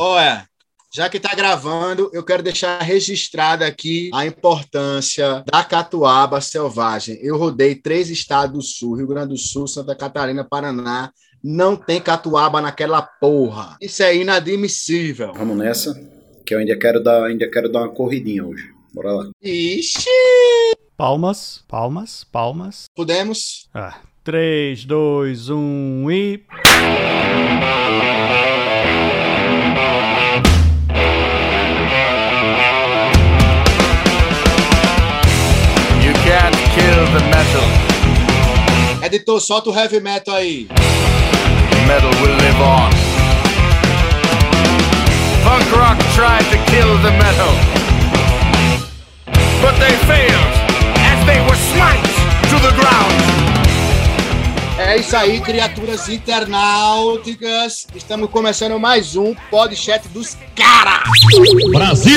Olha, já que está gravando, eu quero deixar registrada aqui a importância da catuaba selvagem. Eu rodei 3 estados do sul, Rio Grande do Sul, Santa Catarina, Paraná. Não tem catuaba naquela porra. Isso é inadmissível. Vamos nessa, que eu ainda quero dar uma corridinha hoje. Bora lá. Ixi! Palmas, palmas, palmas. Podemos? 3, 2, 1 e... You can't kill the metal. Editor, solta o heavy metal aí. Metal will live on. Punk rock tried to kill the metal, but they failed as they were smite to the ground. É isso aí, criaturas internauticas. Estamos começando mais um podcast dos caras. Brasil!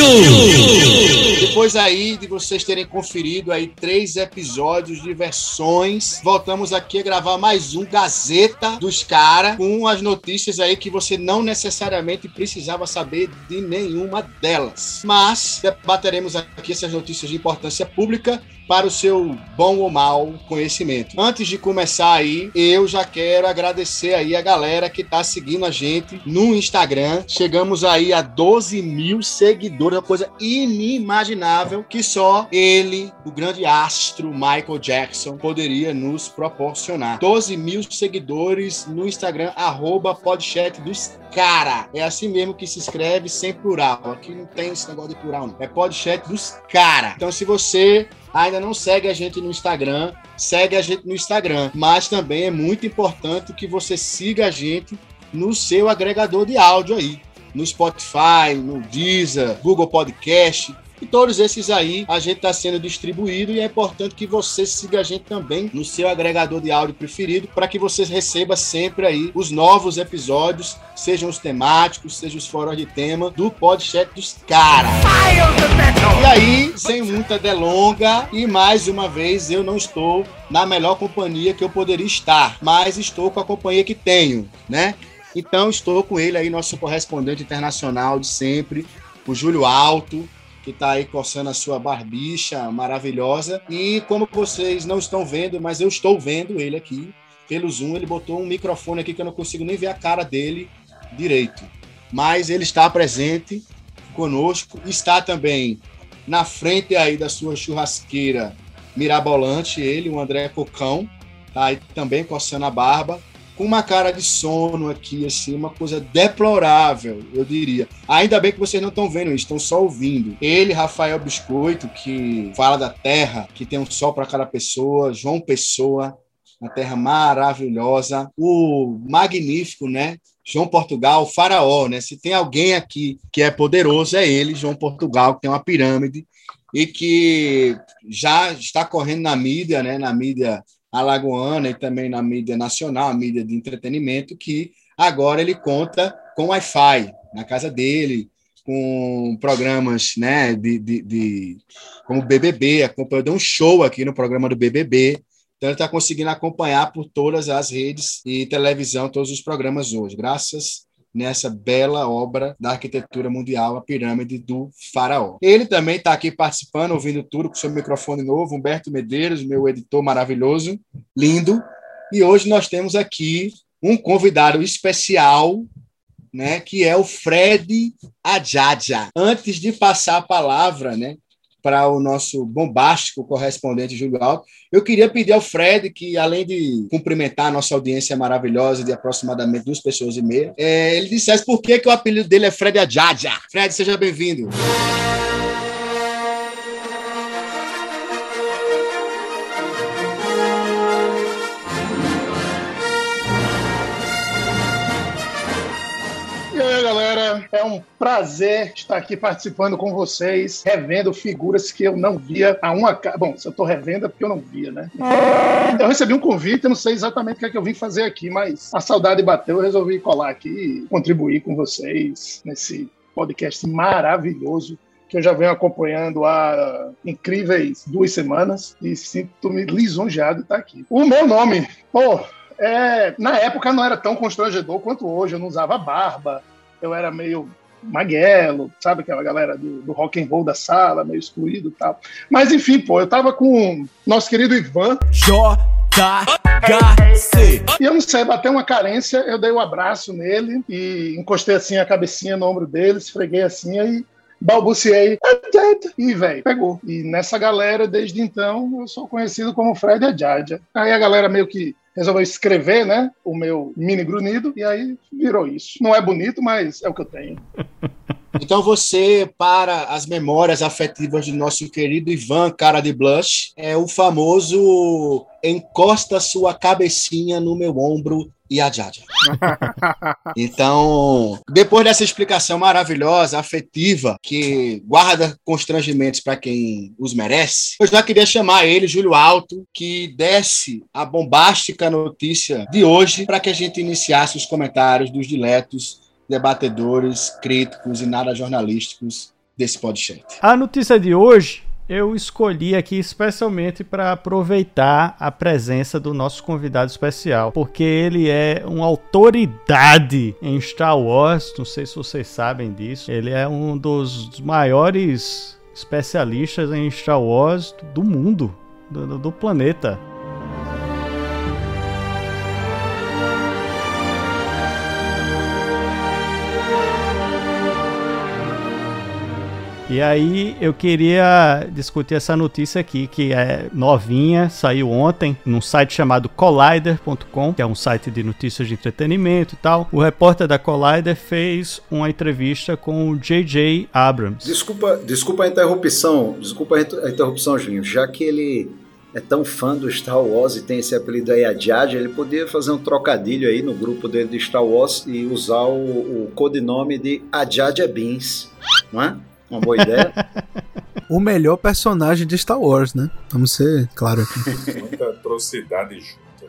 Depois aí de vocês terem conferido aí 3 episódios de versões, voltamos aqui a gravar mais um Gazeta dos caras, com as notícias aí que você não necessariamente precisava saber de nenhuma delas. Mas debateremos aqui essas notícias de importância pública para o seu bom ou mau conhecimento. Antes de começar aí, eu já quero agradecer aí a galera que tá seguindo a gente no Instagram. Chegamos aí a 12 mil seguidores, uma coisa inimaginável que só ele, o grande astro Michael Jackson, poderia nos proporcionar. 12 mil seguidores no Instagram, @podcast dos cara. É assim mesmo que se escreve, sem plural. Aqui não tem esse negócio de plural, não. É podcast dos cara. Então, se você ainda não segue a gente no Instagram, segue a gente no Instagram. Mas também é muito importante que você siga a gente no seu agregador de áudio aí. No Spotify, no Deezer, Google Podcast. E todos esses aí a gente está sendo distribuído e é importante que você siga a gente também no seu agregador de áudio preferido para que você receba sempre aí os novos episódios, sejam os temáticos, sejam os fora de tema do podcast dos caras. E aí, sem muita delonga, e mais uma vez eu não estou na melhor companhia que eu poderia estar, mas estou com a companhia que tenho, né? Então estou com ele aí, nosso correspondente internacional de sempre, o Júlio Alto, que está aí coçando a sua barbicha maravilhosa. E como vocês não estão vendo, mas eu estou vendo ele aqui pelo Zoom, ele botou um microfone aqui que eu não consigo nem ver a cara dele direito. Mas ele está presente conosco, está também na frente aí da sua churrasqueira mirabolante, ele, o André Cocão, tá aí também coçando a barba, com uma cara de sono aqui, assim, uma coisa deplorável, eu diria. Ainda bem que vocês não estão vendo isso, estão só ouvindo. Ele, Rafael Biscoito, que fala da terra, que tem um sol para cada pessoa, João Pessoa, uma terra maravilhosa, o magnífico, né, João Portugal, o faraó, né? Se tem alguém aqui que é poderoso, é ele, João Portugal, que tem uma pirâmide e que já está correndo na mídia, né, na mídia alagoana e também na mídia nacional, a mídia de entretenimento, que agora ele conta com Wi-Fi na casa dele, com programas, né, como o BBB, deu um show aqui no programa do BBB, então ele está conseguindo acompanhar por todas as redes e televisão, todos os programas hoje, graças nessa bela obra da arquitetura mundial, a Pirâmide do Faraó. Ele também está aqui participando, ouvindo tudo, com seu microfone novo, Humberto Medeiros, meu editor maravilhoso, lindo. E hoje nós temos aqui um convidado especial, né, que é o Fred Adjaja. Antes de passar a palavra, né, para o nosso bombástico correspondente Júlio Alto, eu queria pedir ao Fred que, além de cumprimentar a nossa audiência maravilhosa de aproximadamente 2,5 pessoas, ele dissesse por que o apelido dele é Fred Adjaja. Fred, seja bem-vindo. E aí, galera, é um prazer estar aqui participando com vocês, revendo figuras que eu não via há uma... Bom, se eu tô revendo é porque eu não via, né? Eu recebi um convite, eu não sei exatamente o que é que eu vim fazer aqui, mas a saudade bateu, eu resolvi colar aqui e contribuir com vocês nesse podcast maravilhoso que eu já venho acompanhando há incríveis 2 semanas e sinto-me lisonjeado de estar aqui. O meu nome, na época não era tão constrangedor quanto hoje, eu não usava barba, eu era meio maguelo, sabe? Aquela galera do rock and roll da sala, meio excluído e tal. Mas enfim, pô, eu tava com o nosso querido Ivan. E eu não sei, bateu uma carência, eu dei um abraço nele e encostei assim a cabecinha no ombro dele, esfreguei assim, aí balbuciei, e velho, pegou. E nessa galera, desde então, eu sou conhecido como Fred Adjaja. Aí a galera meio que resolveu escrever, né, o meu mini grunhido, e aí virou isso. Não é bonito, mas é o que eu tenho. Então você, para as memórias afetivas do nosso querido Ivan, cara de blush, é o famoso encosta sua cabecinha no meu ombro e Adjaja. Então, depois dessa explicação maravilhosa, afetiva, que guarda constrangimentos para quem os merece, eu já queria chamar ele, Júlio Alto, que desse a bombástica notícia de hoje para que a gente iniciasse os comentários dos diletos debatedores, críticos e nada jornalísticos desse podcast. A notícia de hoje eu escolhi aqui especialmente para aproveitar a presença do nosso convidado especial, porque ele é uma autoridade em Star Wars, não sei se vocês sabem disso, ele é um dos maiores especialistas em Star Wars do mundo, do planeta. E aí eu queria discutir essa notícia aqui, que é novinha, saiu ontem, num site chamado Collider.com, que é um site de notícias de entretenimento e tal. O repórter da Collider fez uma entrevista com o J.J. Abrams. Desculpa a interrupção, Julinho, já que ele é tão fã do Star Wars e tem esse apelido aí, Adjaja, ele podia fazer um trocadilho aí no grupo dele de Star Wars e usar o codinome de Adjaja Beans, não é? Uma boa ideia. O melhor personagem de Star Wars, né? Vamos ser claro aqui. Muita atrocidade junta,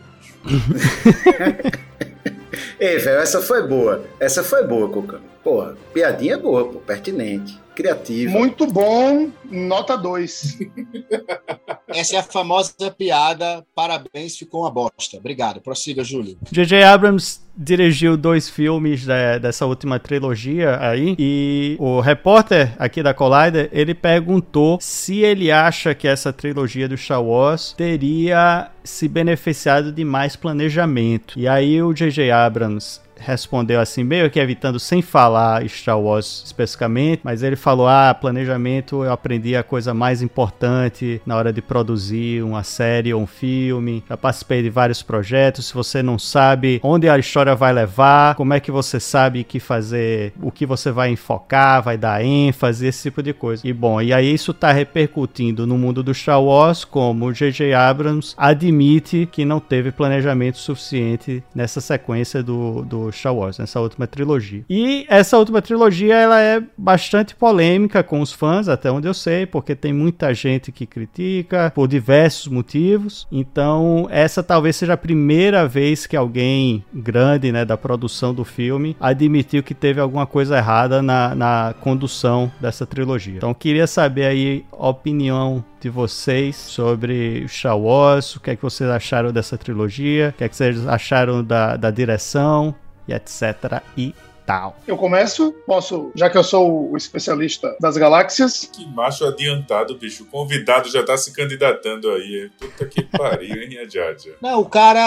bicho. Ei, velho, essa foi boa, Cocão. Porra, piadinha boa, pô, pertinente, criativa. Muito bom, nota 2. Essa é a famosa piada, parabéns, ficou uma bosta. Obrigado, prossiga, Júlio. J.J. Abrams dirigiu 2 filmes dessa última trilogia aí, e o repórter aqui da Collider, ele perguntou se ele acha que essa trilogia do Star Wars teria se beneficiado de mais planejamento. E aí o J.J. Abrams respondeu assim, meio que evitando sem falar Star Wars especificamente, mas ele falou, planejamento, eu aprendi a coisa mais importante na hora de produzir uma série ou um filme, já participei de vários projetos, se você não sabe onde a história vai levar, como é que você sabe que fazer, o que você vai enfocar, vai dar ênfase, esse tipo de coisa. E bom, e aí isso tá repercutindo no mundo do Star Wars, como o J.J. Abrams admite que não teve planejamento suficiente nessa sequência do Star Wars, nessa última trilogia. E essa última trilogia, ela é bastante polêmica com os fãs, até onde eu sei, porque tem muita gente que critica por diversos motivos. Então, essa talvez seja a primeira vez que alguém grande, né, da produção do filme admitiu que teve alguma coisa errada na condução dessa trilogia. Então, queria saber aí a opinião de vocês sobre Star Wars, o que é que vocês acharam dessa trilogia, o que é que vocês acharam da direção, e etc e tal. Eu começo? Posso, já que eu sou o especialista das galáxias. Que macho adiantado, bicho. O convidado já tá se candidatando aí. Puta que pariu, hein, Adjaja? Não, o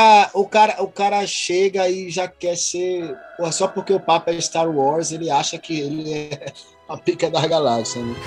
cara chega e já quer ser... Pô, só porque o papo é Star Wars, ele acha que ele é a pica das galáxias, né?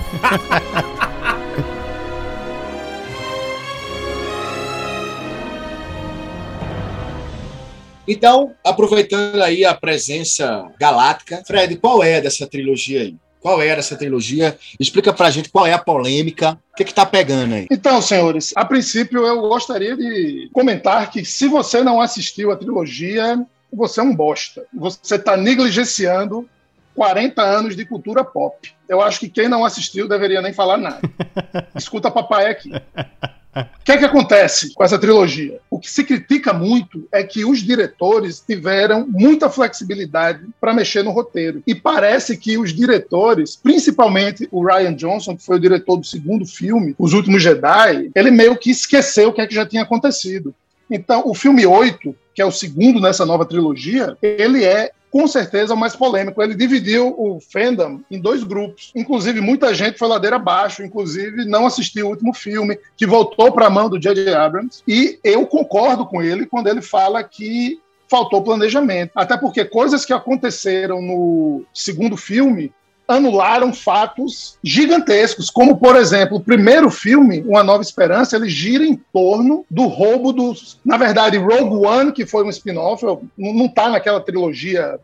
Então, aproveitando aí a presença galáctica, Fred, qual é dessa trilogia aí? Qual era essa trilogia? Explica pra gente qual é a polêmica, o que tá pegando aí? Então, senhores, a princípio eu gostaria de comentar que se você não assistiu a trilogia, você é um bosta. Você tá negligenciando 40 anos de cultura pop. Eu acho que quem não assistiu deveria nem falar nada. Escuta papai aqui. O que é que acontece com essa trilogia? O que se critica muito é que os diretores tiveram muita flexibilidade para mexer no roteiro. E parece que os diretores, principalmente o Rian Johnson, que foi o diretor do segundo filme, Os Últimos Jedi, ele meio que esqueceu o que é que já tinha acontecido. Então, o filme 8, que é o segundo nessa nova trilogia, ele é com certeza, o mais polêmico. Ele dividiu o fandom em 2 grupos. Inclusive, muita gente foi ladeira abaixo, inclusive não assistiu o último filme, que voltou para a mão do J.J. Abrams. E eu concordo com ele quando ele fala que faltou planejamento. Até porque coisas que aconteceram no segundo filme anularam fatos gigantescos, como, por exemplo, o primeiro filme, Uma Nova Esperança, ele gira em torno do roubo dos... Na verdade, Rogue One, que foi um spin-off, não está naquela trilogia,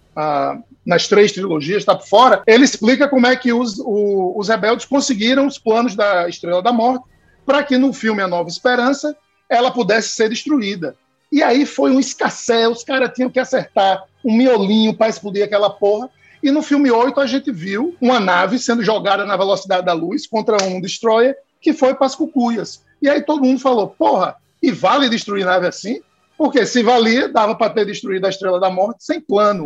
nas 3 trilogias, está por fora, ele explica como é que os rebeldes conseguiram os planos da Estrela da Morte para que no filme A Nova Esperança ela pudesse ser destruída. E aí foi um escassez, os caras tinham que acertar um miolinho para explodir aquela porra. E no filme 8 a gente viu uma nave sendo jogada na velocidade da luz contra um destroyer que foi para as cucuias. E aí todo mundo falou, porra, e vale destruir nave assim? Porque se valia, dava para ter destruído a Estrela da Morte sem plano.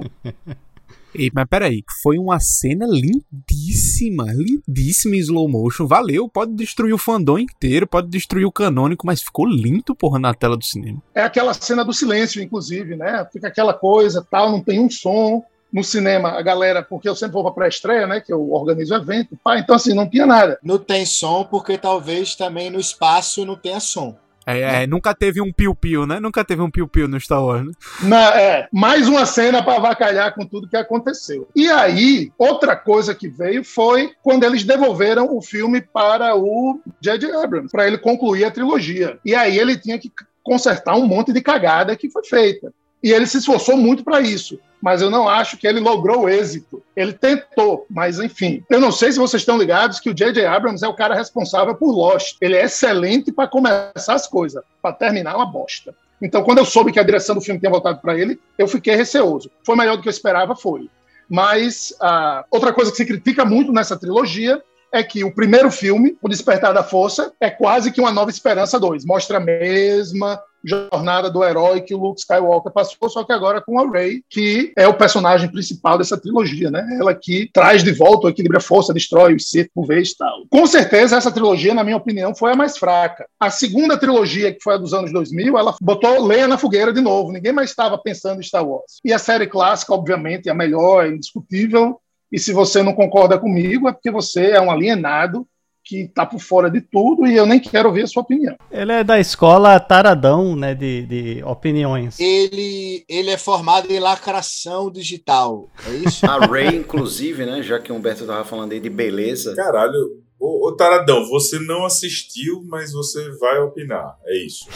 Ei, mas peraí, foi uma cena lindíssima em slow motion, valeu, pode destruir o fandom inteiro, pode destruir o canônico, mas ficou lindo, porra, na tela do cinema. É aquela cena do silêncio, inclusive, né? Fica aquela coisa, tal, não tem um som. No cinema, a galera, porque eu sempre vou para pré-estreia, né, que eu organizo o evento, então assim, não tinha nada. Não tem som, porque talvez também no espaço não tenha som. Nunca teve um piu-piu, né? Nunca teve um piu-piu no Star Wars, né? Mais uma cena para avacalhar com tudo que aconteceu. E aí, outra coisa que veio foi quando eles devolveram o filme para o J.J. Abrams, para ele concluir a trilogia. E aí ele tinha que consertar um monte de cagada que foi feita. E ele se esforçou muito para isso. Mas eu não acho que ele logrou êxito. Ele tentou, mas enfim. Eu não sei se vocês estão ligados que o J.J. Abrams é o cara responsável por Lost. Ele é excelente para começar as coisas, para terminar uma bosta. Então, quando eu soube que a direção do filme tinha voltado para ele, eu fiquei receoso. Foi melhor do que eu esperava, foi. Mas outra coisa que se critica muito nessa trilogia é que o primeiro filme, O Despertar da Força, é quase que Uma Nova Esperança 2. Mostra a mesma jornada do herói que o Luke Skywalker passou, só que agora com a Rey, que é o personagem principal dessa trilogia, né? Ela que traz de volta o equilíbrio, a força, destrói os Sith por vez e tal. Com certeza, essa trilogia, na minha opinião, foi a mais fraca. A segunda trilogia, que foi a dos anos 2000, ela botou lenha na fogueira de novo. Ninguém mais estava pensando em Star Wars. E a série clássica, obviamente, é a melhor, é indiscutível. E se você não concorda comigo, é porque você é um alienado que está por fora de tudo e eu nem quero ouvir a sua opinião. Ele é da escola taradão, né, de opiniões. Ele é formado em lacração digital, é isso? A Rey, inclusive, né, já que o Humberto estava falando aí de beleza. Caralho, ô Taradão, você não assistiu, mas você vai opinar, é isso.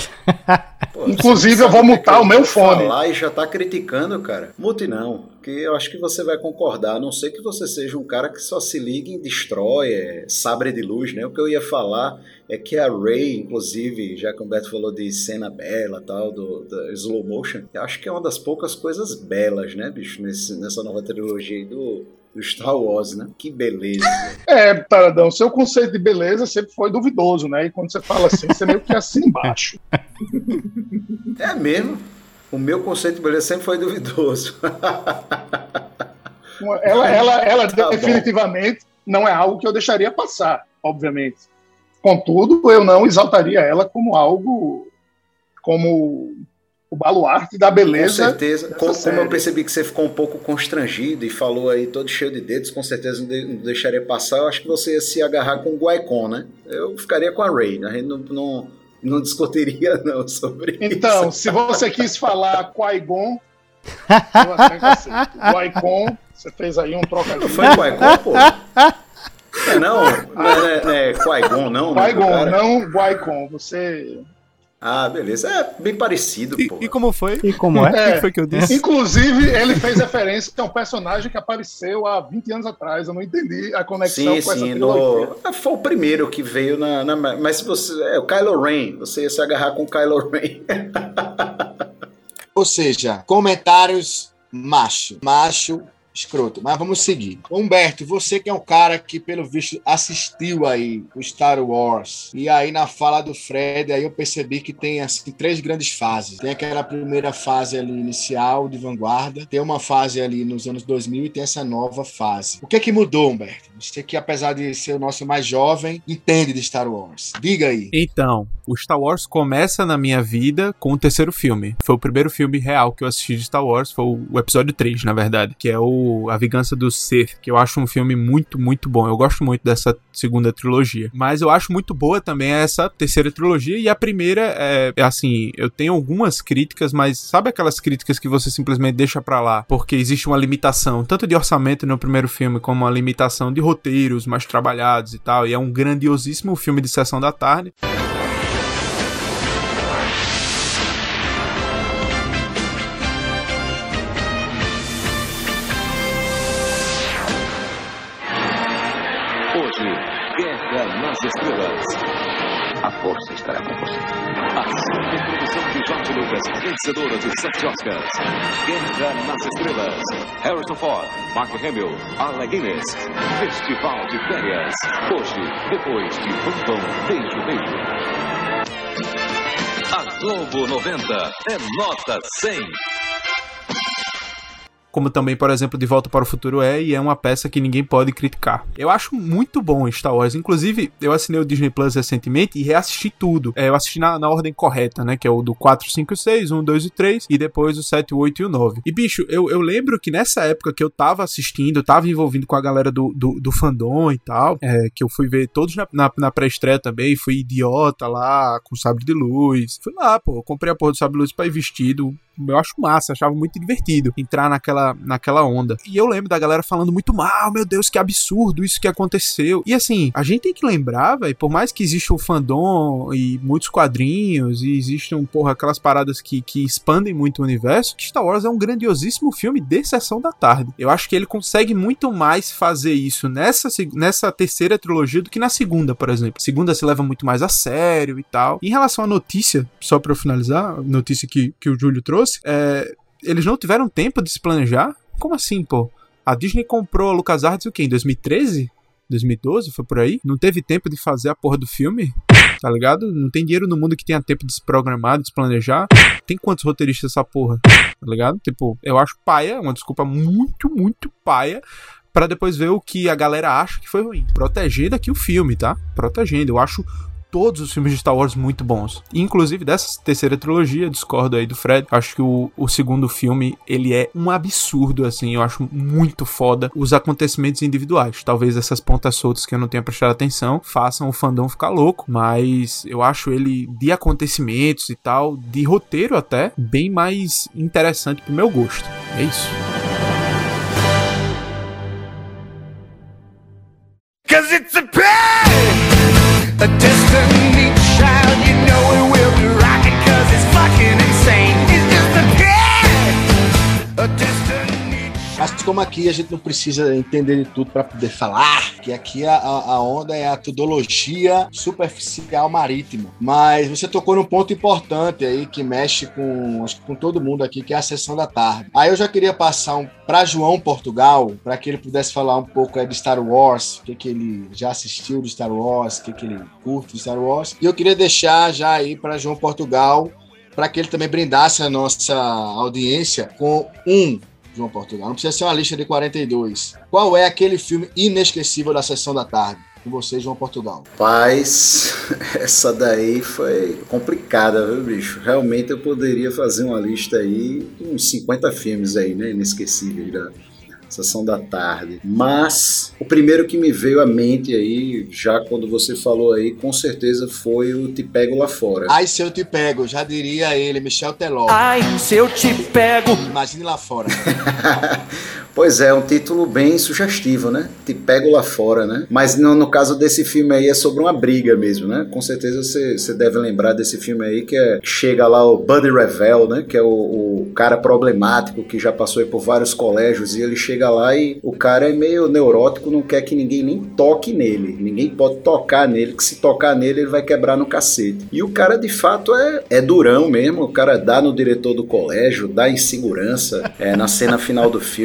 Pô, inclusive, eu vou mutar o meu fone. Falar e já tá criticando, cara. Mute não, porque eu acho que você vai concordar, a não ser que você seja um cara que só se liga em Destroyer, sabre de luz, né? O que eu ia falar é que a Rey, inclusive, já que o Humberto falou de cena bela, tal, do slow motion, eu acho que é uma das poucas coisas belas, né, bicho, nessa nova trilogia aí do Star Wars, né? Que beleza. Taradão, seu conceito de beleza sempre foi duvidoso, né? E quando você fala assim, você meio que assina embaixo. É mesmo? O meu conceito de beleza sempre foi duvidoso. Ela Tá definitivamente não é algo que eu deixaria passar, obviamente. Contudo, eu não exaltaria ela como algo, como o baluarte da beleza. Com certeza. Como eu percebi que você ficou um pouco constrangido e falou aí todo cheio de dedos, com certeza não deixaria passar. Eu acho que você ia se agarrar com o Qui-Gon, né? Eu ficaria com a Rey. A gente não discutiria não sobre isso. Então, se você quis falar Qui-Gon, eu até aceito. Qui-Gon, você fez aí um trocadilho. Não foi Qui-Gon, pô? Não é Qui-Gon, não? Qui-Gon, não Qui-Gon. Você... Ah, beleza. É bem parecido, pô. E como foi? E como é? O que foi que eu disse? Inclusive, ele fez referência a um personagem que apareceu há 20 anos atrás. Eu não entendi a conexão com essa trilogia. Foi o primeiro que veio mas se você... o Kylo Ren. Você ia se agarrar com o Kylo Ren. Ou seja, comentários macho. Macho escroto. Mas vamos seguir. Humberto, você que é um cara que, pelo visto, assistiu aí o Star Wars. E aí, na fala do Fred, aí eu percebi que tem, assim, 3 grandes fases. Tem aquela primeira fase ali inicial, de vanguarda. Tem uma fase ali nos anos 2000 e tem essa nova fase. O que é que mudou, Humberto? Você que, apesar de ser o nosso mais jovem, entende de Star Wars. Diga aí. Então, o Star Wars começa na minha vida com o terceiro filme. Foi o primeiro filme real que eu assisti de Star Wars, foi o episódio 3, na verdade, que é A Vingança do Sith, que eu acho um filme muito, muito bom. Eu gosto muito dessa segunda trilogia. Mas eu acho muito boa também essa terceira trilogia, e a primeira é assim, eu tenho algumas críticas, mas sabe aquelas críticas que você simplesmente deixa pra lá, porque existe uma limitação, tanto de orçamento no primeiro filme, como uma limitação de roteiros mais trabalhados e tal, e é um grandiosíssimo filme de sessão da tarde. Hoje, Guerra nas Estrelas. A força estará com você. A superprodução de George Lucas, vencedora de 7 Oscars. Guerra nas Estrelas. Harrison Ford, Mark Hamill, Alec Guinness. Festival de Férias. Hoje, depois de Bom, Beijo, Beijo. A Globo 90 é nota 100. Como também, por exemplo, De Volta para o Futuro e é uma peça que ninguém pode criticar. Eu acho muito bom Star Wars. Inclusive, eu assinei o Disney Plus recentemente e reassisti tudo. Eu assisti na ordem correta, né? Que é o do 4, 5 e 6, 1, 2 e 3, e depois o 7, o 8 e o 9. E, bicho, eu lembro que nessa época que eu tava assistindo, tava envolvido com a galera do fandom e tal, que eu fui ver todos na pré-estreia também, fui idiota lá, com sabre de luz. Fui lá, pô, comprei a porra do sabre de luz pra ir vestido. Eu acho massa, achava muito divertido entrar naquela onda. E eu lembro da galera falando muito mal, meu Deus, que absurdo isso que aconteceu. E assim, a gente tem que lembrar, velho, por mais que exista o fandom e muitos quadrinhos e existam, porra, aquelas paradas que expandem muito o universo, Star Wars é um grandiosíssimo filme de sessão da tarde. Eu acho que ele consegue muito mais fazer isso nessa terceira trilogia do que na segunda, por exemplo. A segunda se leva muito mais a sério e tal. Em relação à notícia, só pra eu finalizar, a notícia que o Júlio trouxe, eles não tiveram tempo de se planejar? Como assim, pô? A Disney comprou a LucasArts o quê? Em 2013? 2012? Foi por aí? Não teve tempo de fazer a porra do filme? Tá ligado? Não tem dinheiro no mundo que tenha tempo de se programar, de se planejar. Tem quantos roteiristas essa porra? Tá ligado? Tipo, eu acho paia, uma desculpa muito, muito paia, pra depois ver o que a galera acha que foi ruim. Protegendo aqui o filme, tá? Protegendo. Eu acho todos os filmes de Star Wars muito bons. Inclusive, dessa terceira trilogia, discordo aí do Fred, acho que o segundo filme, ele é um absurdo, assim, eu acho muito foda os acontecimentos individuais. Talvez essas pontas soltas que eu não tenha prestado atenção façam o fandom ficar louco, mas eu acho ele, de acontecimentos e tal, de roteiro até, bem mais interessante pro meu gosto. É isso. Cause it's a pain, a destiny child, you know it will be rocking cause it's fucking insane. It's just a pain, a destiny child. Mas como aqui a gente não precisa entender de tudo para poder falar, que aqui a onda é a tudologia superficial marítima. Mas você tocou num ponto importante aí que mexe com todo mundo aqui, que é a sessão da tarde. Aí eu já queria passar para João Portugal, para que ele pudesse falar um pouco de Star Wars, o que ele já assistiu de Star Wars, o que ele curte de Star Wars. E eu queria deixar já aí para João Portugal, para que ele também brindasse a nossa audiência com João Portugal. Não precisa ser uma lista de 42. Qual é aquele filme inesquecível da sessão da tarde? Com você, João Portugal. Paz, essa daí foi complicada, viu, bicho? Realmente eu poderia fazer uma lista aí de uns 50 filmes aí, né? Inesquecíveis da sessão da tarde. Mas o primeiro que me veio à mente aí, já quando você falou aí, com certeza foi o Te Pego Lá Fora. Ai, se eu te pego, já diria ele, Michel Teló. Ai, se eu te pego. Imagine lá fora. Pois é um título bem sugestivo, né? Te Pego Lá Fora, né? Mas no caso desse filme aí é sobre uma briga mesmo, né? Com certeza você deve lembrar desse filme aí, que chega lá o Buddy Revell, né? Que é o cara problemático que já passou aí por vários colégios, e ele chega lá e o cara é meio neurótico, não quer que ninguém nem toque nele. Ninguém pode tocar nele, que se tocar nele ele vai quebrar no cacete. E o cara de fato é durão mesmo, o cara dá no diretor do colégio, dá insegurança. Na cena final do filme, ele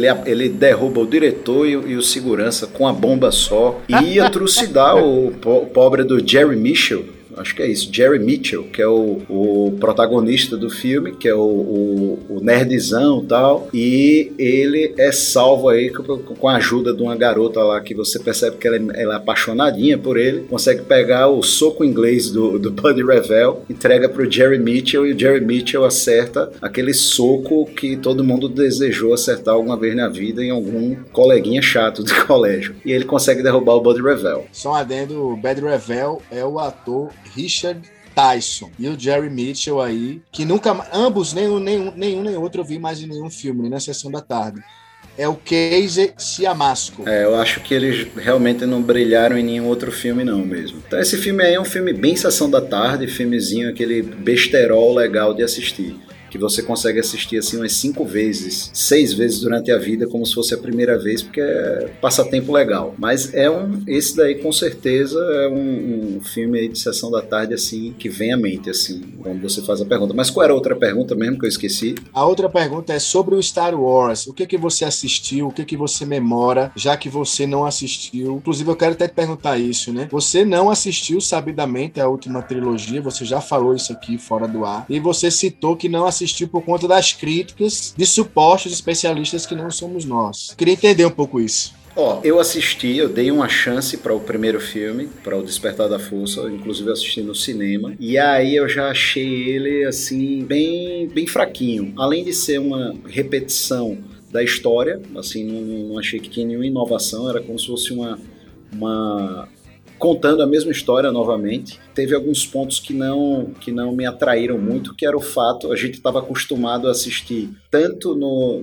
ele derruba o diretor e o segurança com a bomba só. E ia trucidar o pobre do Jerry Mitchell. Acho que é isso, Jerry Mitchell, que é o protagonista do filme, que é o nerdzão e tal, e ele é salvo aí com a ajuda de uma garota lá, que você percebe que ela é apaixonadinha por ele, consegue pegar o soco inglês do Buddy Revell, entrega pro Jerry Mitchell, e o Jerry Mitchell acerta aquele soco que todo mundo desejou acertar alguma vez na vida em algum coleguinha chato de colégio, e ele consegue derrubar o Buddy Revell. Só um adendo, o Buddy Revell é o ator Richard Tyson e o Jerry Mitchell aí, que nunca, ambos, nenhum nem outro eu vi mais em nenhum filme, nem na Sessão da Tarde. É o Casey Siamasco. Eu acho que eles realmente não brilharam em nenhum outro filme não mesmo. Então esse filme aí é um filme bem Sessão da Tarde, filmezinho, aquele besterol legal de assistir, que você consegue assistir assim umas 5 vezes, 6 vezes durante a vida, como se fosse a primeira vez, porque é passatempo legal. Mas esse daí com certeza é um filme aí de Sessão da Tarde, assim, que vem à mente, assim, quando você faz a pergunta. Mas qual era a outra pergunta mesmo que eu esqueci? A outra pergunta é sobre o Star Wars. O que você assistiu, o que você memora, já que você não assistiu? Inclusive, eu quero até te perguntar isso, né? Você não assistiu sabidamente a última trilogia, você já falou isso aqui fora do ar, e você citou que não assistiu por conta das críticas de supostos especialistas que não somos nós. Queria entender um pouco isso. Eu assisti, eu dei uma chance para o primeiro filme, para o Despertar da Força, inclusive eu assisti no cinema, e aí eu já achei ele assim bem fraquinho, além de ser uma repetição da história, assim, não achei que tinha nenhuma inovação, era como se fosse uma contando a mesma história novamente. Teve alguns pontos que não me atraíram muito, que era o fato, a gente estava acostumado a assistir tanto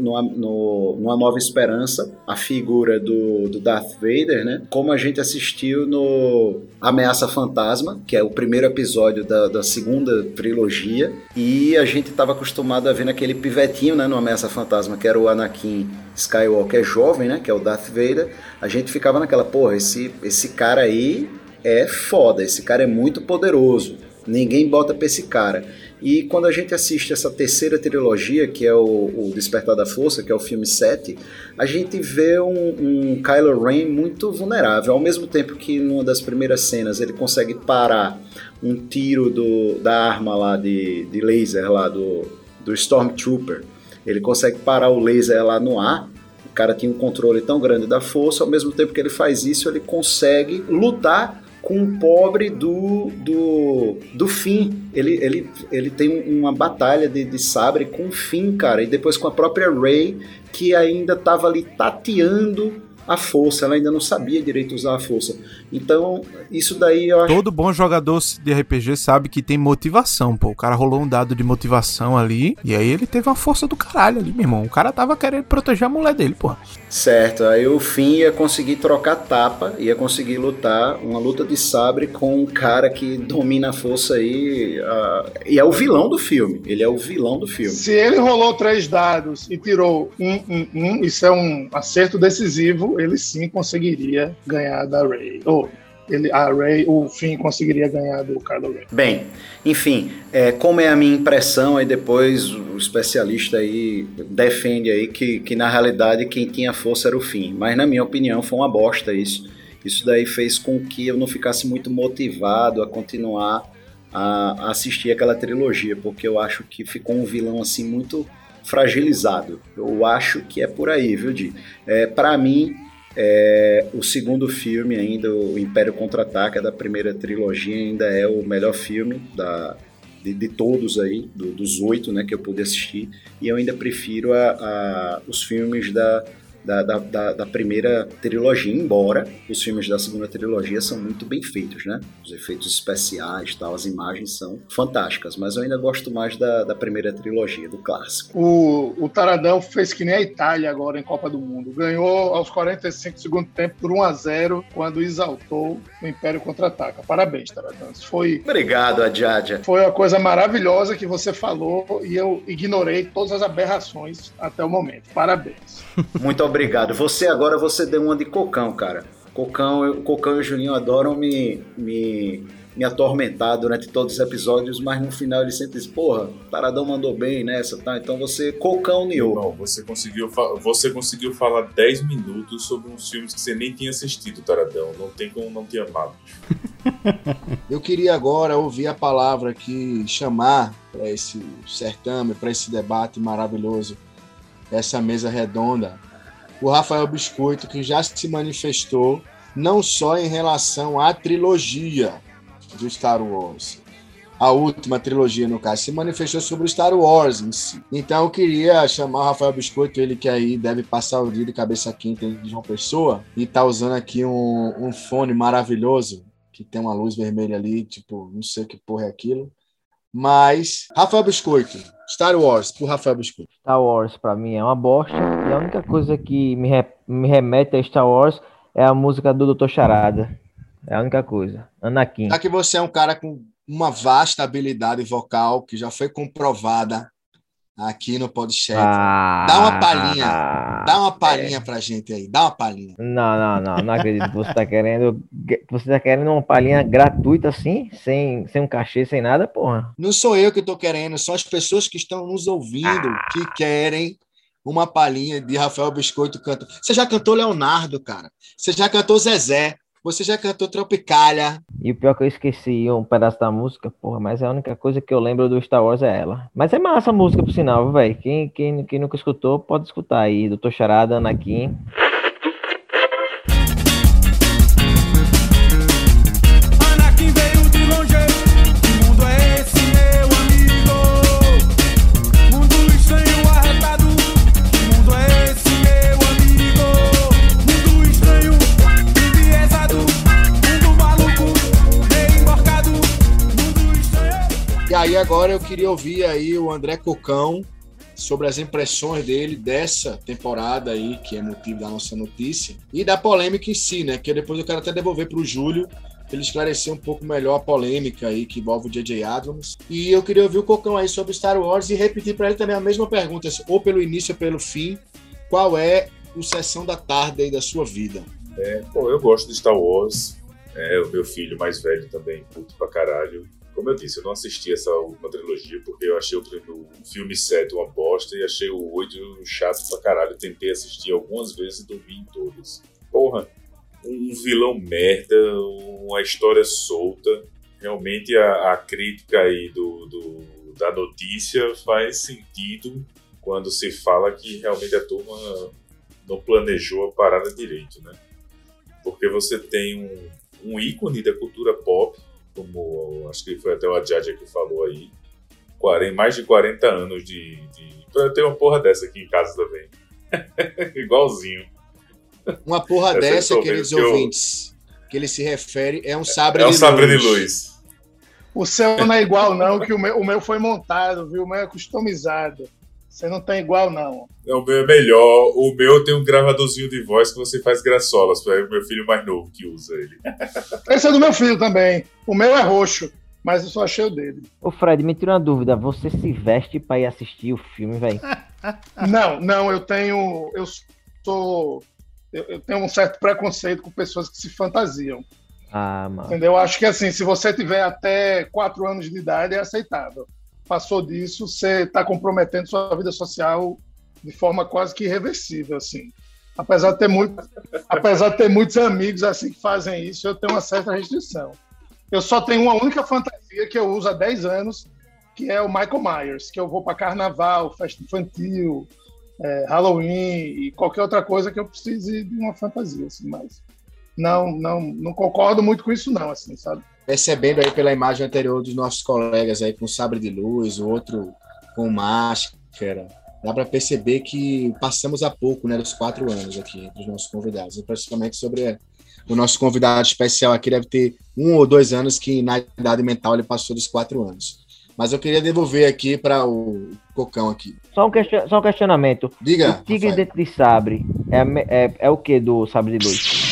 no Uma Nova Esperança, a figura do Darth Vader, né? Como a gente assistiu no Ameaça Fantasma, que é o primeiro episódio da segunda trilogia, e a gente estava acostumado a ver naquele pivetinho, né, no Ameaça Fantasma, que era o Anakin Skywalker jovem, né, que é o Darth Vader. A gente ficava naquela, porra, esse cara aí é foda, esse cara é muito poderoso, ninguém bota pra esse cara. E quando a gente assiste essa terceira trilogia, que é o Despertar da Força, que é o filme 7, a gente vê um Kylo Ren muito vulnerável, ao mesmo tempo que numa das primeiras cenas ele consegue parar um tiro da arma lá de laser lá do Stormtrooper, ele consegue parar o laser lá no ar. O cara tinha um controle tão grande da força, ao mesmo tempo que ele faz isso, ele consegue lutar com o pobre do Finn. Ele tem uma batalha de sabre com o Finn, cara, e depois com a própria Rey, que ainda estava ali tateando a força, ela ainda não sabia direito usar a força. Então, isso daí eu acho... Todo bom jogador de RPG sabe que tem motivação, pô. O cara rolou um dado de motivação ali, e aí ele teve uma força do caralho ali, meu irmão. O cara tava querendo proteger a mulher dele, pô. Certo, aí o Finn ia conseguir trocar tapa, ia conseguir lutar uma luta de sabre com um cara que domina a força aí, e é o vilão do filme. Ele é o vilão do filme. Se ele rolou 3 dados e tirou 1, isso é um acerto decisivo, ele sim conseguiria ganhar da Rey. O Finn conseguiria ganhar do Kylo Ren. Bem, enfim, como é a minha impressão, aí depois o especialista aí defende aí que na realidade quem tinha força era o Finn, mas na minha opinião foi uma bosta isso. Isso daí fez com que eu não ficasse muito motivado a continuar a assistir aquela trilogia, porque eu acho que ficou um vilão assim muito fragilizado. Eu acho que é por aí, viu, Di? Pra mim, o segundo filme ainda, o Império Contra-Ataca da primeira trilogia, ainda é o melhor filme de todos aí, dos 8, né, que eu pude assistir, e eu ainda prefiro os filmes da primeira trilogia, embora os filmes da segunda trilogia são muito bem feitos, né? Os efeitos especiais, tal, as imagens são fantásticas, mas eu ainda gosto mais da primeira trilogia, do clássico. O Taradão fez que nem a Itália agora em Copa do Mundo. Ganhou aos 45 do segundo tempo por 1-0, quando exaltou o Império Contra-Ataca. Parabéns, Taradão. Obrigado, Adjadia. Foi uma coisa maravilhosa que você falou e eu ignorei todas as aberrações até o momento. Parabéns. Muito obrigado. Você deu uma de Cocão, cara. Cocão e o Juninho adoram me me atormentar durante todos os episódios, mas no final ele sempre diz, porra, Taradão mandou bem nessa, tá? Então você cocauneou. Não, você conseguiu falar 10 minutos sobre uns filmes que você nem tinha assistido, Taradão. Não tem como não ter amado. Eu queria agora ouvir a palavra aqui, chamar para esse certame, para esse debate maravilhoso, essa mesa redonda, o Rafael Biscoito, que já se manifestou não só em relação à trilogia do Star Wars, a última trilogia, no caso, se manifestou sobre o Star Wars em si. Então eu queria chamar o Rafael Biscoito, ele que aí deve passar o dia de cabeça quente de João Pessoa, e tá usando aqui um fone maravilhoso, que tem uma luz vermelha ali, tipo, não sei o que porra é aquilo. Mas, Rafael Biscoito, Star Wars, por Rafael Biscoito. Star Wars pra mim é uma bosta, e a única coisa que me remete a Star Wars é a música do Dr. Charada. É a única coisa. Anakin. Já que você é um cara com uma vasta habilidade vocal, que já foi comprovada aqui no podcast, dá uma palhinha pra gente aí, dá uma palhinha. Não acredito. Você tá querendo uma palhinha gratuita assim, sem um cachê, sem nada, porra. Não sou eu que tô querendo, são as pessoas que estão nos ouvindo que querem uma palhinha de Rafael Biscoito cantando. Você já cantou Leonardo, cara. Você já cantou Zezé. Você já cantou Tropicália. E o pior que eu esqueci um pedaço da música, porra, mas a única coisa que eu lembro do Star Wars é ela. Mas é massa a música, por sinal, velho. Quem nunca escutou, pode escutar aí. Dr. Charada, Anakin. Anakin veio de longe. Que mundo é esse, meu amigo? Mundo estranho, arretado. Que mundo é esse, meu amigo? Mundo estranho, enviesado. Mundo maluco, meio emborcado. Mundo estranho. E aí agora eu queria ouvir aí o André Cocão sobre as impressões dele dessa temporada aí, que é motivo da nossa notícia, e da polêmica em si, né? Que depois eu quero até devolver para o Júlio, para ele esclarecer um pouco melhor a polêmica aí que envolve o J.J. Abrams. E eu queria ouvir o Cocão aí sobre Star Wars e repetir para ele também a mesma pergunta, ou pelo início ou pelo fim, qual é o Sessão da Tarde aí da sua vida? Eu gosto de Star Wars. O meu filho mais velho também curte pra caralho. Como eu disse, eu não assisti essa última trilogia porque eu achei o filme 7 uma bosta e achei o 8 chato pra caralho. Eu tentei assistir algumas vezes e dormi em todas. Porra, um vilão merda, uma história solta. Realmente a crítica aí da notícia faz sentido quando se fala que realmente a turma não planejou a parada direito, né? Porque você tem um ícone da cultura pop, como acho que foi até o Adjadia que falou aí, mais de 40 anos eu tenho uma porra dessa aqui em casa também. Igualzinho. Uma porra dessa, queridos ouvintes, que ele se refere, é um sabre de luz. É um sabre de luz. O seu não é igual, não, que o meu foi montado, viu? O meu é customizado. Você não tem igual, não. O meu é melhor. O meu tem um gravadorzinho de voz que você faz graçolas. É o meu filho mais novo que usa ele. Esse é do meu filho também. O meu é roxo, mas eu só achei o dele. Ô Fred, me tira uma dúvida. Você se veste pra ir assistir o filme, velho? Não, eu tenho um certo preconceito com pessoas que se fantasiam. Mano. Entendeu? Eu acho que assim, se você tiver até 4 anos de idade, é aceitável. Passou disso, você está comprometendo sua vida social de forma quase que irreversível, assim. Apesar de ter muitos amigos assim que fazem isso, eu tenho uma certa restrição. Eu só tenho uma única fantasia que eu uso há 10 anos, que é o Michael Myers, que eu vou para carnaval, festa infantil, Halloween e qualquer outra coisa que eu precise de uma fantasia, assim, mas não concordo muito com isso não, assim, sabe? Percebendo aí pela imagem anterior dos nossos colegas aí com sabre de luz, o outro com máscara, dá para perceber que passamos há pouco, né, dos 4 anos aqui entre os nossos convidados, e principalmente sobre o nosso convidado especial aqui, deve ter 1 ou 2 anos que na idade mental ele passou dos 4 anos. Mas eu queria devolver aqui para o Cocão aqui. Só um questionamento. Diga, o tigre Rafael. dentro de sabre é o que do sabre de luz?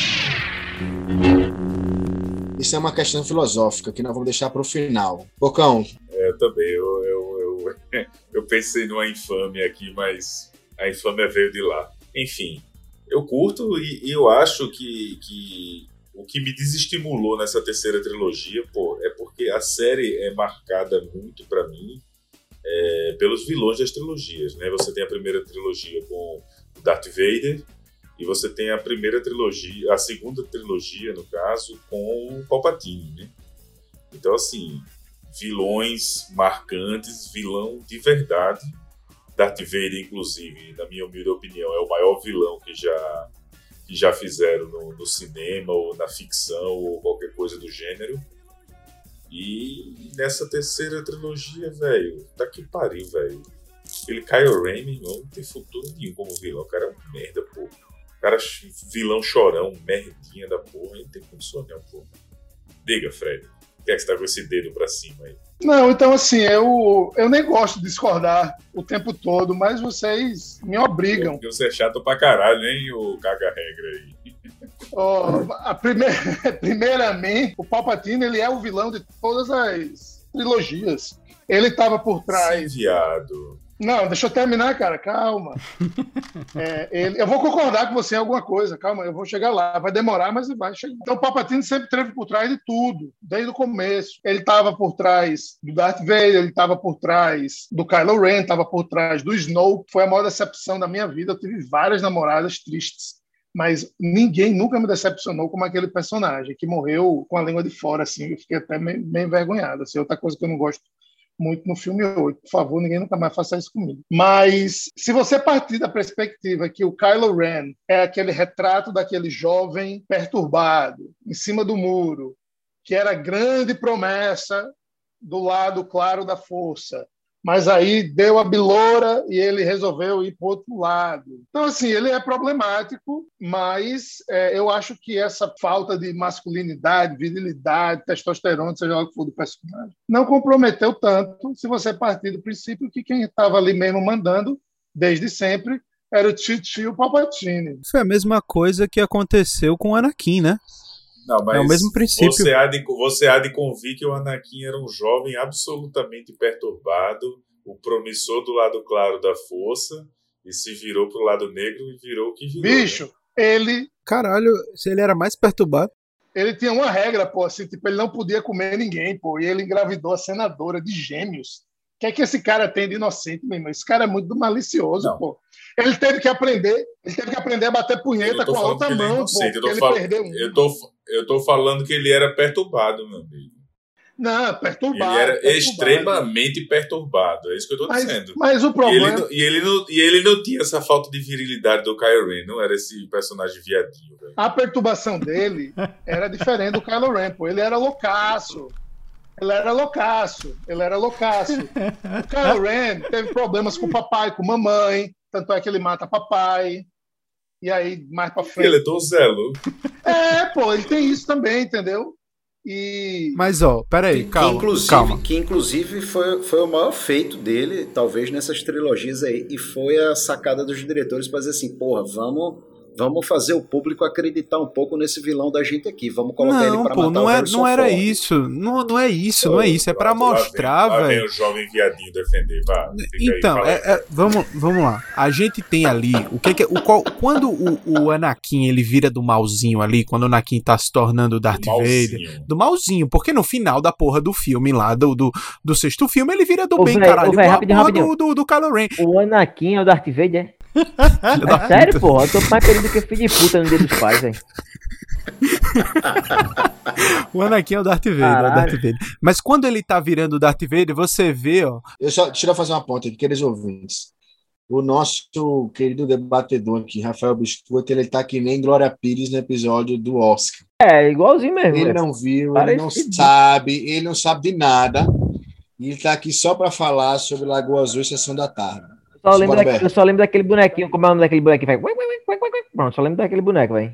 Isso é uma questão filosófica que nós vamos deixar para o final. Cocão. Eu também. Eu pensei numa infâmia aqui, mas a infâmia veio de lá. Enfim, eu curto e eu acho que o que me desestimulou nessa terceira trilogia, é porque a série é marcada muito, pra mim, pelos vilões das trilogias, né? Você tem a primeira trilogia com o Darth Vader, e você tem a primeira trilogia, a segunda trilogia, no caso, com o Palpatine, né? Então, assim, vilões marcantes, vilão de verdade. Darth Vader, inclusive, na minha humilde opinião, é o maior vilão que já fizeram no cinema, ou na ficção, ou qualquer coisa do gênero. E nessa terceira trilogia, velho, tá que pariu, velho. Ele Kylo Ren, irmão, não tem futuro nenhum como vilão. O cara é um merda, pô. O cara vilão chorão, merdinha da porra. Ele não tem condição não, pô. Diga, Fred. Por que é que você tá com esse dedo pra cima aí? Não, então assim, eu nem gosto de discordar o tempo todo, mas vocês me obrigam. Porque você é chato pra caralho, hein, o caga-regra aí. Primeiramente, o Palpatine, ele é o vilão de todas as trilogias. Ele tava por trás... Sim, viado. Não, deixa eu terminar, cara, calma. Eu vou concordar com você em alguma coisa, calma, eu vou chegar lá. Vai demorar, mas vai chegar. Então o Palpatine sempre esteve por trás de tudo, desde o começo. Ele estava por trás do Darth Vader, ele estava por trás do Kylo Ren, estava por trás do Snoke. Foi a maior decepção da minha vida. Eu tive várias namoradas tristes, mas ninguém nunca me decepcionou como aquele personagem que morreu com a língua de fora, assim. Eu fiquei até meio envergonhado. Assim, outra coisa que eu não gosto muito no filme 8. Por favor, ninguém nunca mais faça isso comigo. Mas se você partir da perspectiva que o Kylo Ren é aquele retrato daquele jovem perturbado, em cima do muro, que era a grande promessa do lado claro da força, mas aí deu a biloura e ele resolveu ir para o outro lado. Então, assim, ele é problemático, mas eu acho que essa falta de masculinidade, virilidade, testosterona, seja lá o que for do personagem, não comprometeu tanto se você partir do princípio que quem estava ali mesmo mandando, desde sempre, era o tio Palpatine. Foi a mesma coisa que aconteceu com o Anakin, né? Não, mas é o mesmo princípio. Você há de convir que o Anakin era um jovem absolutamente perturbado, o promissor do lado claro da força, e se virou pro lado negro e virou o que virou. Bicho, ele... Caralho, se ele era mais perturbado. Ele tinha uma regra, pô, assim, tipo, ele não podia comer ninguém, pô, e ele engravidou a senadora de gêmeos. O que é que esse cara tem de inocente, meu irmão? Esse cara é muito malicioso, não. Pô. Ele teve que aprender a bater punheta com a outra mão, pô, eu tô falando que ele era perturbado, meu amigo. Não, perturbado. Ele era extremamente perturbado, é isso que eu tô dizendo. Mas o problema... E ele não tinha essa falta de virilidade do Kylo Ren, não era esse personagem viadinho. Velho. A perturbação dele era diferente do Kylo Ren, pô. Ele era loucaço. O Kylo Ren teve problemas com o papai, com a mamãe, tanto é que ele mata papai. E aí, mais pra frente... Ele é tão zelo. Pô, ele tem isso também, entendeu? Mas, peraí, calma. Que inclusive foi o maior feito dele, talvez, nessas trilogias aí, e foi a sacada dos diretores para dizer assim, porra, vamos fazer o público acreditar um pouco nesse vilão da gente aqui. Vamos colocar ele pra matar o Harrison não era Ford. isso. Não é isso. É pra mostrar, velho. Lá vem o jovem viadinho defender, vá. Então, vamos lá. A gente tem ali, quando o Anakin, ele vira do malzinho ali, quando o Anakin tá se tornando o Darth Vader. Do malzinho, porque no final da porra do filme lá, do sexto filme, ele vira do bem, caralho. Rapidinho. Do Kylo Ren. O Anakin é o Darth Vader, é sério, porra? Eu tô mais querendo que filho de puta no dia dos pais, velho. O Anakin é o Darth Vader, Mas quando ele tá virando o Darth Vader, você vê, ó... Deixa eu fazer uma ponta aqui, queridos ouvintes. O nosso querido debatedor aqui, Rafael Biscoito, ele tá que nem Glória Pires no episódio do Oscar. Igualzinho mesmo. Ele não viu, ele não sabe de nada. E ele tá aqui só pra falar sobre Lagoa Azul e Sessão da Tarde. Eu só lembro daquele bonequinho, como é o nome daquele bonequinho? Pronto, só lembro daquele boneco, velho.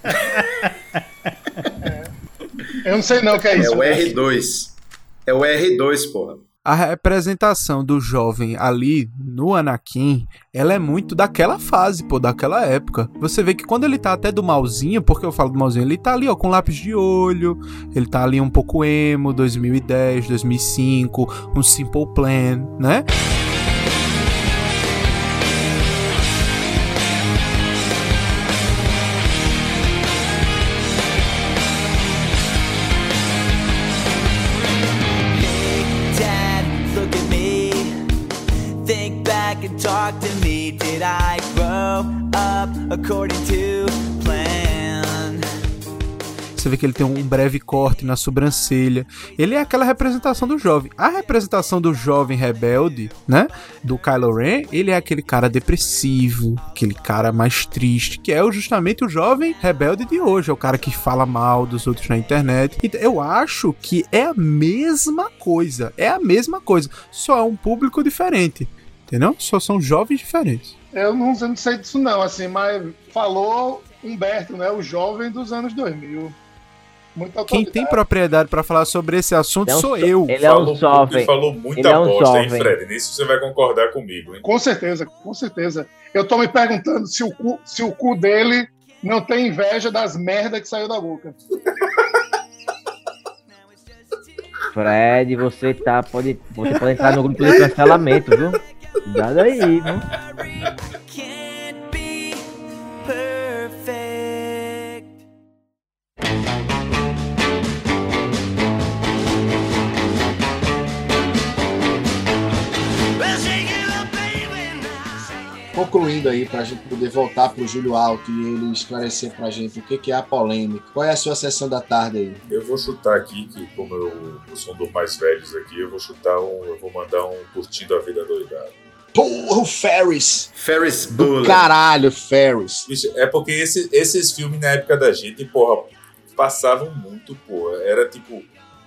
Eu não sei não o que é isso. É o R2. É o R2, porra. A representação do jovem ali no Anakin, ela é muito daquela fase, pô, daquela época. Você vê que quando ele tá até do malzinho, porque eu falo do malzinho, ele tá ali, ó, com lápis de olho, ele tá ali um pouco emo, 2010, 2005, um Simple Plan, né? você vê que ele tem um breve corte na sobrancelha. Ele é aquela representação do jovem. A representação do jovem rebelde, né, do Kylo Ren, ele é aquele cara depressivo, aquele cara mais triste, que é justamente o jovem rebelde de hoje, é o cara que fala mal dos outros na internet. Então, eu acho que é a mesma coisa, só é um público diferente, entendeu? Só são jovens diferentes. Eu não sei disso não, assim, mas falou Humberto, né, o jovem dos anos 2000. Muito Quem tem propriedade pra falar sobre esse assunto sou eu. Ele é um jovem. Falou muita bosta, hein, Fred? Nisso você vai concordar comigo, hein? Com certeza. Eu tô me perguntando se o cu dele não tem inveja das merdas que saiu da boca. Fred, você pode entrar no grupo de cancelamento, viu? Cuidado aí, viu? Concluindo aí, pra gente poder voltar pro Júlio Alto e ele esclarecer pra gente o que é a polêmica. Qual é a sua sessão da tarde aí? Eu vou chutar aqui, que como eu sou um dos mais velhos aqui, eu vou mandar um Curtindo a Vida Doidado. Porra, o Ferris Bueller. Caralho, Ferris. É porque esses filmes na época da gente, porra, passavam muito, porra. Era tipo...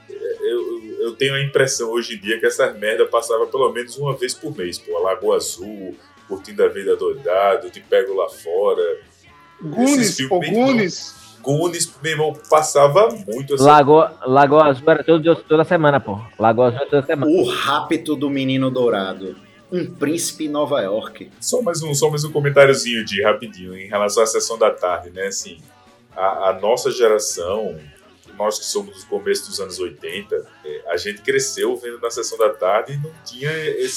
Eu tenho a impressão hoje em dia que essas merda passava pelo menos uma vez por mês, porra. Lagoa Azul, Curtindo a Vida Doidado, Te Pego Lá Fora. Goonies, meu irmão, passava muito assim. Lagoa Azul era toda semana, pô. Lagoa Azul era toda semana. O Rapto do Menino Dourado. Um Príncipe em Nova York. Só mais um comentáriozinho rapidinho em relação à sessão da tarde, né? Assim, a nossa geração, nós que somos do começo dos anos 80, a gente cresceu vendo na sessão da tarde e não tinha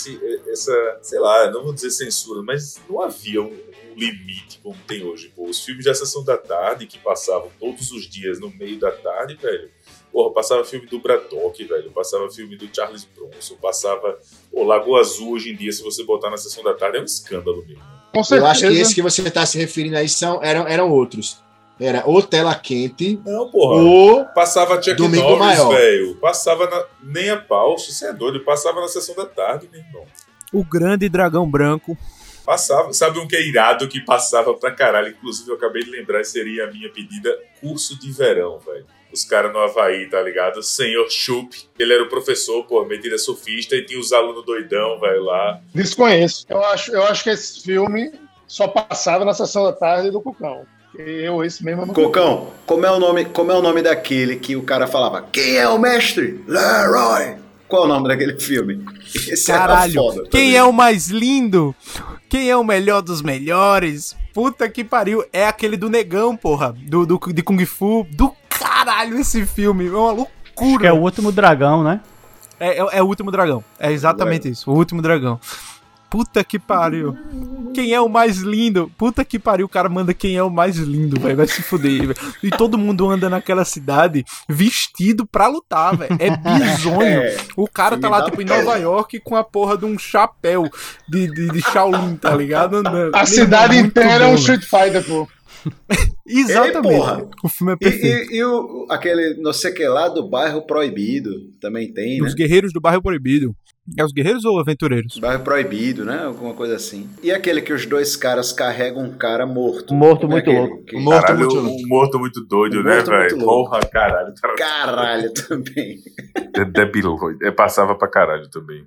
essa, sei lá, não vou dizer censura, mas não havia um limite como tem hoje. Pô, os filmes da sessão da tarde que passavam todos os dias no meio da tarde, velho. Porra, passava filme do Braddock, velho. Passava filme do Charles Bronson. Passava... Pô, Lagoa Azul, hoje em dia, se você botar na sessão da tarde, é um escândalo mesmo. Com certeza. Eu acho que esse que você está se referindo aí eram outros. Era o Tela Quente. Não, porra. O passava Chuck Domingo Norris, Maior. velho. Passava nem a pau. Você é doido. Passava na sessão da tarde, meu irmão. O Grande Dragão Branco. Passava. Sabe um que é irado que passava pra caralho? Inclusive, eu acabei de lembrar, seria a minha pedida: Curso de Verão, velho. Os caras no Havaí, tá ligado? Senhor Chup, ele era o professor, pô, metida surfista, e tinha os alunos doidão, velho, lá. Desconheço. Eu acho que esse filme só passava na sessão da tarde do Cucão. Esse mesmo não. Cocão, como é o nome daquele que o cara falava? Quem é o mestre? Leroy! Qual é o nome daquele filme? Esse Caralho, foda, tá quem vendo? é o mais lindo? Quem é o melhor dos melhores? Puta que pariu, é aquele do negão, porra, de Kung Fu. Do caralho esse filme, é uma loucura. Acho que é o Último Dragão, né? É o Último Dragão, é exatamente isso, o Último Dragão. Puta que pariu. Quem é o mais lindo? Puta que pariu, o cara manda quem é o mais lindo, velho. Vai se fuder, velho. E todo mundo anda naquela cidade vestido pra lutar, velho. É bizonho. O cara tá lá, tipo, em Nova York com a porra de um chapéu de Shaolin, tá ligado? Andando. A cidade inteira é um Street Fighter, pô. Exatamente. Ei, porra. O filme é perfeito. E aquele não sei que lá do Bairro Proibido também tem, né? Os Guerreiros do Bairro Proibido. É os Guerreiros ou Aventureiros? Bairro Proibido, né? Alguma coisa assim. E aquele que os dois caras carregam um cara morto. Morto Como é muito aquele? louco. Que... Um morto muito doido, né, velho? Porra, caralho. Caralho também. Debiloid. Passava pra caralho também.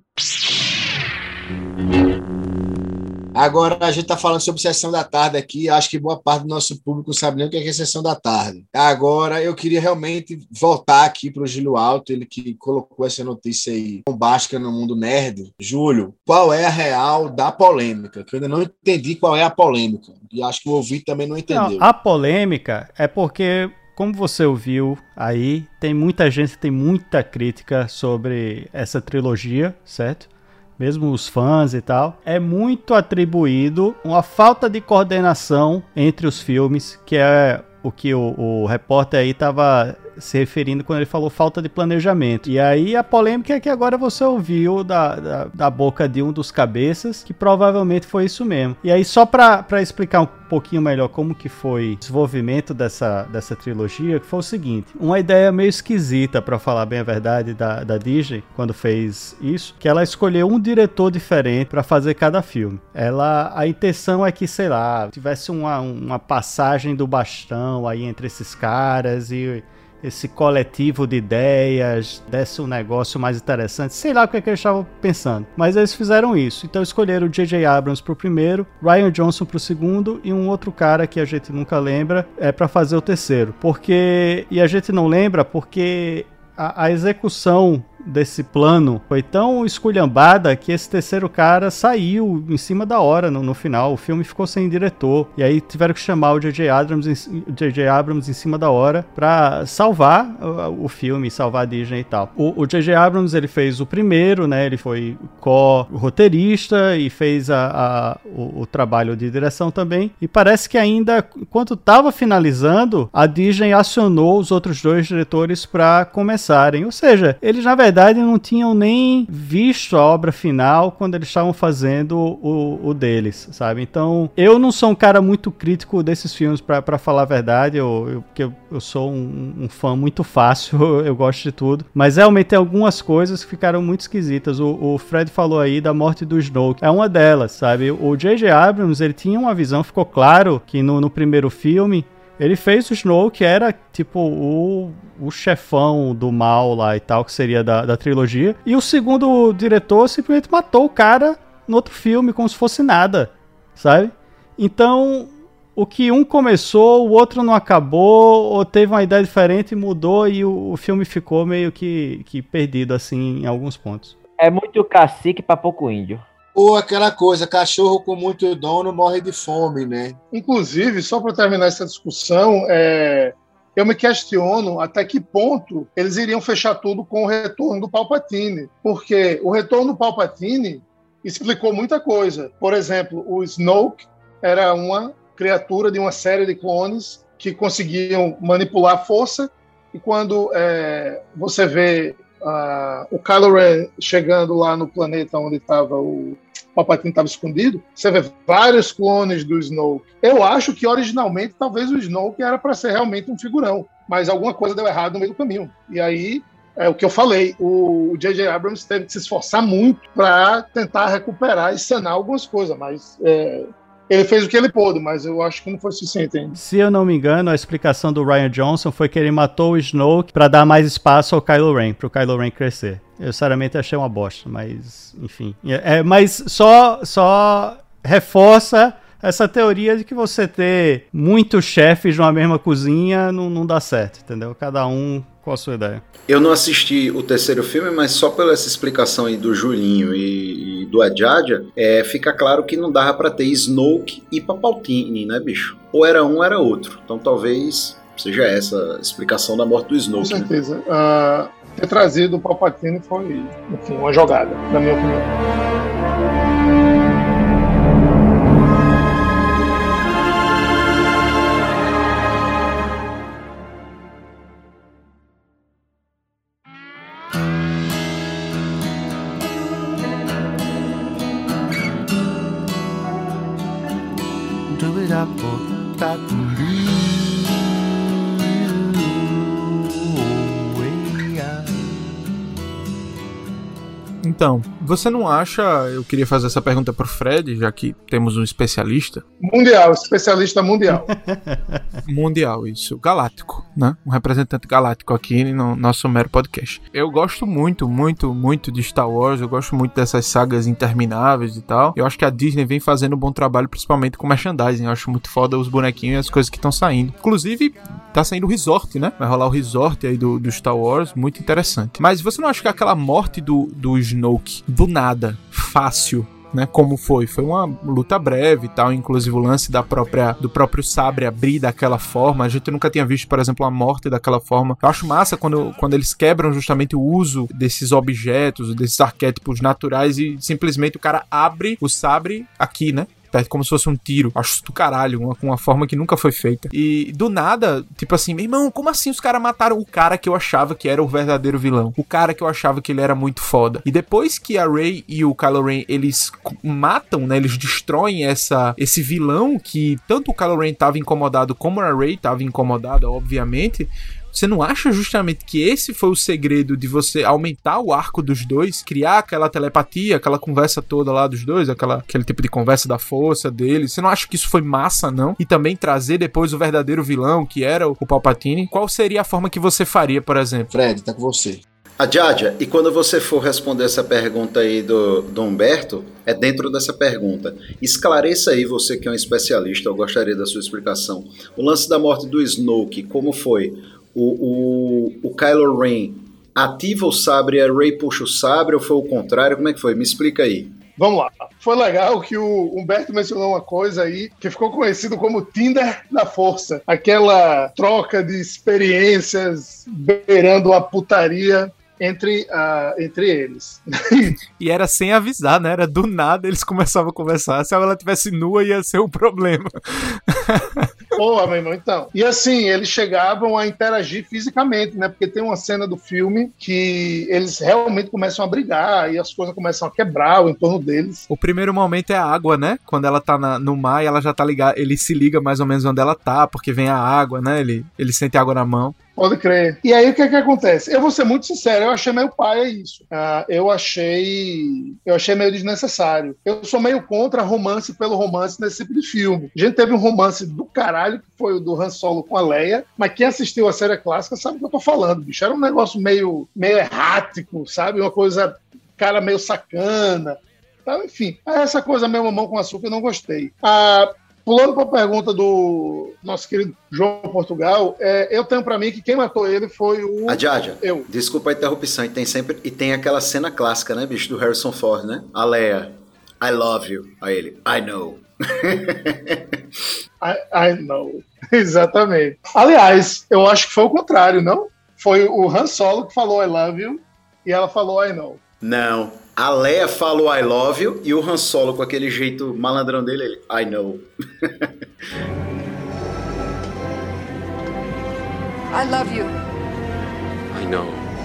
Agora a gente tá falando sobre sessão da tarde aqui. Acho que boa parte do nosso público não sabe nem o que é sessão da tarde. Agora eu queria realmente voltar aqui pro Júlio Alto, ele que colocou essa notícia aí bombástica no mundo nerd. Júlio, qual é a real da polêmica? Que eu ainda não entendi qual é a polêmica. E acho que o ouvinte também não entendeu. Não, a polêmica é porque, como você ouviu aí, tem muita gente que tem muita crítica sobre essa trilogia, certo? Mesmo os fãs e tal, é muito atribuído uma falta de coordenação entre os filmes, que é o que o repórter aí estava se referindo quando ele falou falta de planejamento. E aí a polêmica é que agora você ouviu da boca de um dos cabeças que provavelmente foi isso mesmo. E aí só pra explicar um pouquinho melhor como que foi o desenvolvimento dessa trilogia, que foi o seguinte, uma ideia meio esquisita, pra falar bem a verdade, da Disney, quando fez isso, que ela escolheu um diretor diferente pra fazer cada filme. A intenção é que, sei lá, tivesse uma passagem do bastão aí entre esses caras e esse coletivo de ideias, desse um negócio mais interessante, sei lá o que eles estavam pensando, mas eles fizeram isso. Então escolheram o J.J. Abrams pro primeiro, Rian Johnson pro segundo e um outro cara que a gente nunca lembra pra fazer o terceiro. E a gente não lembra porque a execução desse plano foi tão esculhambada que esse terceiro cara saiu em cima da hora no final. O filme ficou sem diretor e aí tiveram que chamar o J.J. Abrams em cima da hora pra salvar o filme, salvar a Disney e tal. O J.J. Abrams, ele fez o primeiro, né? Ele foi co-roteirista e fez o trabalho de direção também, e parece que ainda, enquanto tava finalizando, a Disney acionou os outros dois diretores pra começarem, ou seja, eles na verdade não tinham nem visto a obra final quando eles estavam fazendo o deles, sabe? Então, eu não sou um cara muito crítico desses filmes, pra falar a verdade, porque eu sou um fã muito fácil, eu gosto de tudo, mas realmente tem algumas coisas que ficaram muito esquisitas. O Fred falou aí da morte do Snoke, é uma delas, sabe? O J.J. Abrams, ele tinha uma visão, ficou claro que no primeiro filme ele fez o Snoke, que era tipo o chefão do mal lá e tal, que seria da trilogia. E o segundo diretor simplesmente matou o cara no outro filme, como se fosse nada, sabe? Então, o que um começou, o outro não acabou, ou teve uma ideia diferente e mudou, e o filme ficou meio que perdido, assim, em alguns pontos. É muito cacique pra pouco índio. Ou aquela coisa, cachorro com muito dono morre de fome, né? Inclusive, só para terminar essa discussão, eu me questiono até que ponto eles iriam fechar tudo com o retorno do Palpatine. Porque o retorno do Palpatine explicou muita coisa. Por exemplo, o Snoke era uma criatura de uma série de clones que conseguiam manipular a força, e quando você vê o Kylo Ren chegando lá no planeta onde estava o Palpatine estava escondido, você vê vários clones do Snoke. Eu acho que originalmente talvez o Snoke era para ser realmente um figurão, mas alguma coisa deu errado no meio do caminho. E aí, é o que eu falei, o J.J. Abrams teve que se esforçar muito para tentar recuperar e sanar algumas coisas, mas ele fez o que ele pôde, mas eu acho que não foi suficiente ainda. Se eu não me engano, a explicação do Rian Johnson foi que ele matou o Snoke pra dar mais espaço ao Kylo Ren, pro Kylo Ren crescer. Eu sinceramente achei uma bosta, mas enfim. Mas só reforça essa teoria de que você ter muitos chefes numa mesma cozinha não dá certo, entendeu? Cada um com a sua ideia. Eu não assisti o terceiro filme, mas só pela essa explicação aí do Julinho e do Adjadia, fica claro que não dava pra ter Snoke e Palpatine, né, bicho? Ou era um, era outro. Então talvez seja essa a explicação da morte do Snoke. Com certeza. Né? Ter trazido o Palpatine foi, enfim, uma jogada, na minha opinião. Então, você não acha, eu queria fazer essa pergunta pro Fred, já que temos um especialista. Mundial, especialista mundial. Mundial, isso, galáctico, né? Um representante galáctico aqui no nosso mero podcast. Eu gosto muito, muito, muito de Star Wars, eu gosto muito dessas sagas intermináveis e tal. Eu acho que a Disney vem fazendo um bom trabalho, principalmente com merchandising. Eu acho muito foda os bonequinhos e as coisas que estão saindo. Inclusive, tá saindo o resort, né? Vai rolar o resort aí do Star Wars, muito interessante. Mas você não acha que aquela morte do Snoke, do nada, fácil, né, como foi uma luta breve e tal, inclusive o lance do próprio sabre abrir daquela forma, a gente nunca tinha visto, por exemplo, uma morte daquela forma. Eu acho massa quando eles quebram justamente o uso desses objetos, desses arquétipos naturais e simplesmente o cara abre o sabre aqui, né, como se fosse um tiro. Acho isso do caralho, uma forma que nunca foi feita. E do nada, tipo assim, meu irmão, como assim os caras mataram o cara que eu achava que era o verdadeiro vilão? O cara que eu achava que ele era muito foda. E depois que a Rey e o Kylo Ren, eles matam, né, eles destroem esse vilão que tanto o Kylo Ren tava incomodado como a Rey tava incomodada, obviamente. Você não acha justamente que esse foi o segredo de você aumentar o arco dos dois, criar aquela telepatia, aquela conversa toda lá dos dois, aquele tipo de conversa da força deles? Você não acha que isso foi massa, não? E também trazer depois o verdadeiro vilão, que era o Palpatine? Qual seria a forma que você faria, por exemplo? Fred, tá com você. A Jaja, e quando você for responder essa pergunta aí do Humberto, é dentro dessa pergunta. Esclareça aí, você que é um especialista, eu gostaria da sua explicação. O lance da morte do Snoke, como foi? O Kylo Ren ativa o sabre e a Rey puxa o sabre, ou foi o contrário? Como é que foi? Me explica aí. Vamos lá. Foi legal que o Humberto mencionou uma coisa aí que ficou conhecido como Tinder da Força. Aquela troca de experiências beirando a putaria entre eles. E era sem avisar, né? Era do nada, eles começavam a conversar. Se ela tivesse nua, ia ser um problema. Porra, meu irmão, então. E assim, eles chegavam a interagir fisicamente, né? Porque tem uma cena do filme que eles realmente começam a brigar e as coisas começam a quebrar o entorno deles. O primeiro momento é a água, né? Quando ela tá no mar e ela já tá ligada, ele se liga mais ou menos onde ela tá, porque vem a água, né? Ele sente água na mão. Pode crer. E aí, o que acontece? Eu vou ser muito sincero, eu achei meio paia isso. Eu achei meio desnecessário. Eu sou meio contra romance pelo romance nesse tipo de filme. A gente teve um romance do caralho, que foi o do Han Solo com a Leia, mas quem assistiu a série clássica sabe o que eu tô falando, bicho. Era um negócio meio errático, sabe? Uma coisa, cara, meio sacana. Então, enfim, essa coisa meio mamão com açúcar eu não gostei. Pulando para a pergunta do nosso querido João Portugal, eu tenho para mim que quem matou ele foi o... A Jaja. Eu. Desculpa a interrupção. E tem aquela cena clássica, né, bicho, do Harrison Ford, né? A Leia, I love you. Aí ele, I know. I know. Exatamente. Aliás, eu acho que foi o contrário, não? Foi o Han Solo que falou I love you e ela falou I know. Não. A Leia falou I love you e o Han Solo, com aquele jeito malandrão dele, ele, I know. I love you. I know.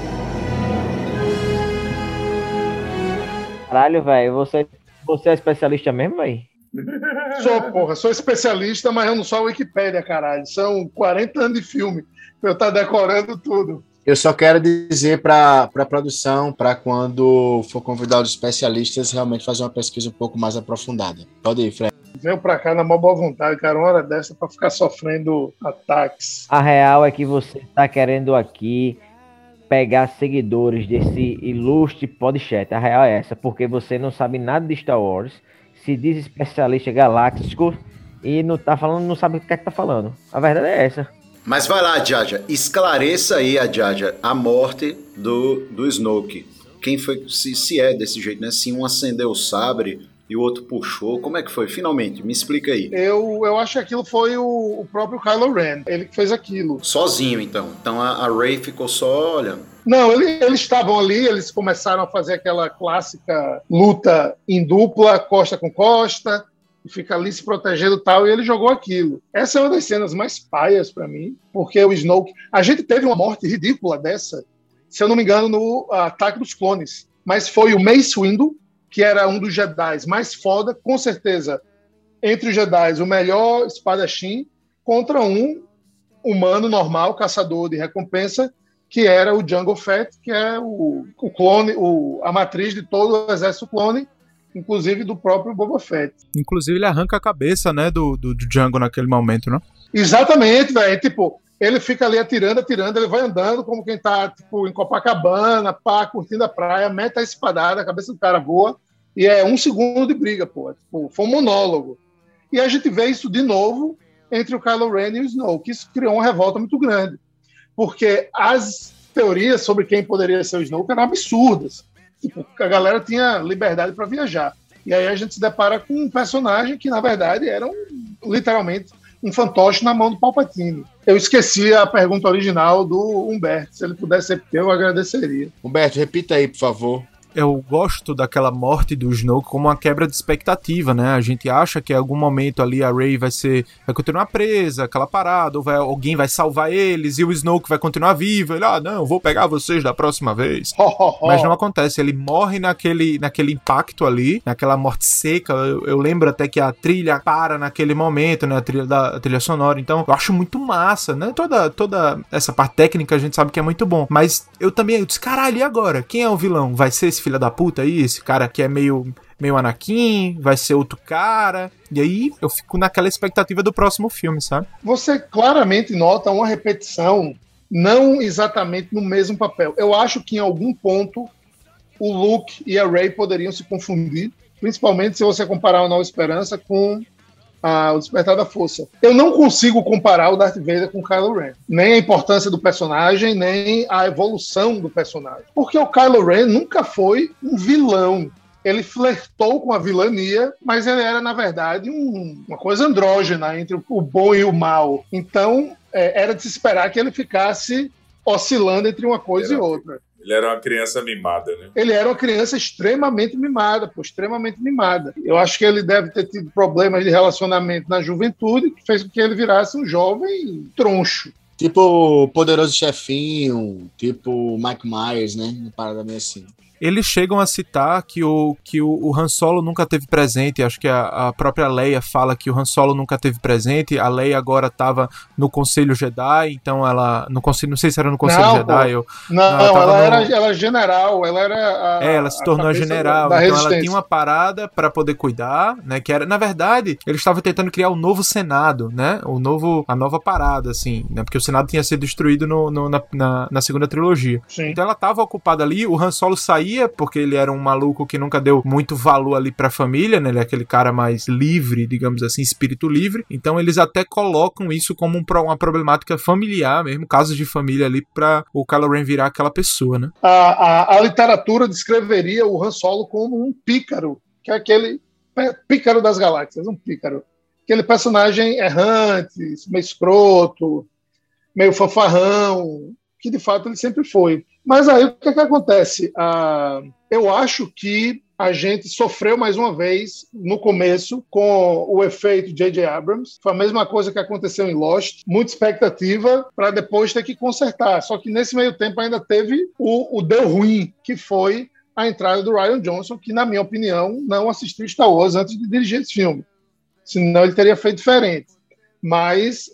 Caralho, velho, você é especialista mesmo, velho? Sou especialista, mas eu não sou a Wikipédia, caralho. São 40 anos de filme pra eu estar decorando tudo. Eu só quero dizer para a produção, para quando for convidar os especialistas, realmente fazer uma pesquisa um pouco mais aprofundada. Pode ir, Fred. Venho pra cá na maior boa vontade, cara, uma hora dessa pra ficar sofrendo ataques. A real é que você tá querendo aqui pegar seguidores desse ilustre podcast. A real é essa, porque você não sabe nada de Star Wars, se diz especialista galáctico e não tá falando, não sabe o que é que tá falando. A verdade é essa. Mas vai lá, Jaja, esclareça aí, Jaja, a morte do Snoke. Quem foi, se é desse jeito, né? Se um acendeu o sabre e o outro puxou, como é que foi? Finalmente, me explica aí. Eu acho que aquilo foi o próprio Kylo Ren, ele que fez aquilo. Sozinho, então. Então a Rey ficou só olhando. Não, eles estavam ali, eles começaram a fazer aquela clássica luta em dupla, costa com costa, e fica ali se protegendo e tal, e ele jogou aquilo. Essa é uma das cenas mais paias pra mim, porque o Snoke... A gente teve uma morte ridícula dessa, se eu não me engano, no Ataque dos Clones, mas foi o Mace Windu, que era um dos Jedi mais foda, com certeza, entre os Jedi, o melhor espadachim, contra um humano normal, caçador de recompensa, que era o Jango Fett, que é o clone, a matriz de todo o exército clone, inclusive do próprio Boba Fett. Inclusive ele arranca a cabeça, né, do Django naquele momento, né? Exatamente, velho. Tipo, ele fica ali atirando, ele vai andando como quem tá, tipo, em Copacabana, pá, curtindo a praia, mete a espadada, a cabeça do cara voa, e é 1 segundo de briga, pô. Tipo, foi um monólogo. E a gente vê isso de novo entre o Kylo Ren e o Snoke, que isso criou uma revolta muito grande. Porque as teorias sobre quem poderia ser o Snoke eram absurdas. Tipo, a galera tinha liberdade para viajar. E aí a gente se depara com um personagem que, na verdade, era literalmente um fantoche na mão do Palpatine. Eu esqueci a pergunta original do Humberto. Se ele pudesse repetir, eu agradeceria. Humberto, repita aí, por favor. eu gosto daquela morte do Snoke como uma quebra de expectativa, né? A gente acha que em algum momento ali a Rey vai continuar presa, aquela parada, ou alguém vai salvar eles, e o Snoke vai continuar vivo. Ele, não, vou pegar vocês da próxima vez. Mas não acontece, ele morre naquele impacto ali, naquela morte seca. Eu lembro até que a trilha para naquele momento, né? A trilha sonora. Então, eu acho muito massa, né? Toda essa parte técnica a gente sabe que é muito bom. Mas eu disse, caralho, e agora? Quem é o vilão? Vai ser esse filho da puta aí? Esse cara que é meio Anakin? Vai ser outro cara? E aí eu fico naquela expectativa do próximo filme, sabe? Você claramente nota uma repetição, não exatamente no mesmo papel. Eu acho que em algum ponto o Luke e a Rey poderiam se confundir, principalmente se você comparar o Nova Esperança com o Despertar da Força. Eu não consigo comparar o Darth Vader com o Kylo Ren. Nem a importância do personagem, nem a evolução do personagem. Porque o Kylo Ren nunca foi um vilão. Ele flertou com a vilania, mas ele era, na verdade, uma coisa andrógena entre o bom e o mal. Então, era de se esperar que ele ficasse oscilando entre uma coisa e outra. Ele era uma criança mimada, né? Ele era uma criança extremamente mimada, extremamente mimada. Eu acho que ele deve ter tido problemas de relacionamento na juventude, que fez com que ele virasse um jovem troncho. Tipo o Poderoso Chefinho, tipo Mike Myers, né? Uma parada meio assim. Eles chegam a citar que o Han Solo nunca teve presente. Acho que a própria Leia fala que o Han Solo nunca teve presente. A Leia agora estava no Conselho Jedi, então ela... No conselho, não sei se era no Conselho Jedi. Ela era general. Ela era ela se tornou a general. Da então ela tinha uma parada para poder cuidar, né? Que era, na verdade, eles estavam tentando criar o novo Senado, né? A nova parada, assim, né? Porque o Senado tinha sido destruído na segunda trilogia. Sim. Então ela estava ocupada ali. O Han Solo saía porque ele era um maluco que nunca deu muito valor ali pra família, né? Ele é aquele cara mais livre, digamos assim, espírito livre. Então eles até colocam isso como uma problemática familiar mesmo, casos de família ali, pra o Kylo Ren virar aquela pessoa, né? A literatura descreveria o Han Solo como um pícaro, que é aquele pícaro das galáxias, um pícaro. Aquele personagem errante, meio escroto, meio fanfarrão, que de fato ele sempre foi. Mas aí o que acontece? Eu acho que a gente sofreu mais uma vez no começo com o efeito J.J. Abrams. Foi a mesma coisa que aconteceu em Lost. Muita expectativa para depois ter que consertar. Só que nesse meio tempo ainda teve o deu ruim, que foi a entrada do Rian Johnson, que, na minha opinião, não assistiu Star Wars antes de dirigir esse filme. Senão ele teria feito diferente. Mas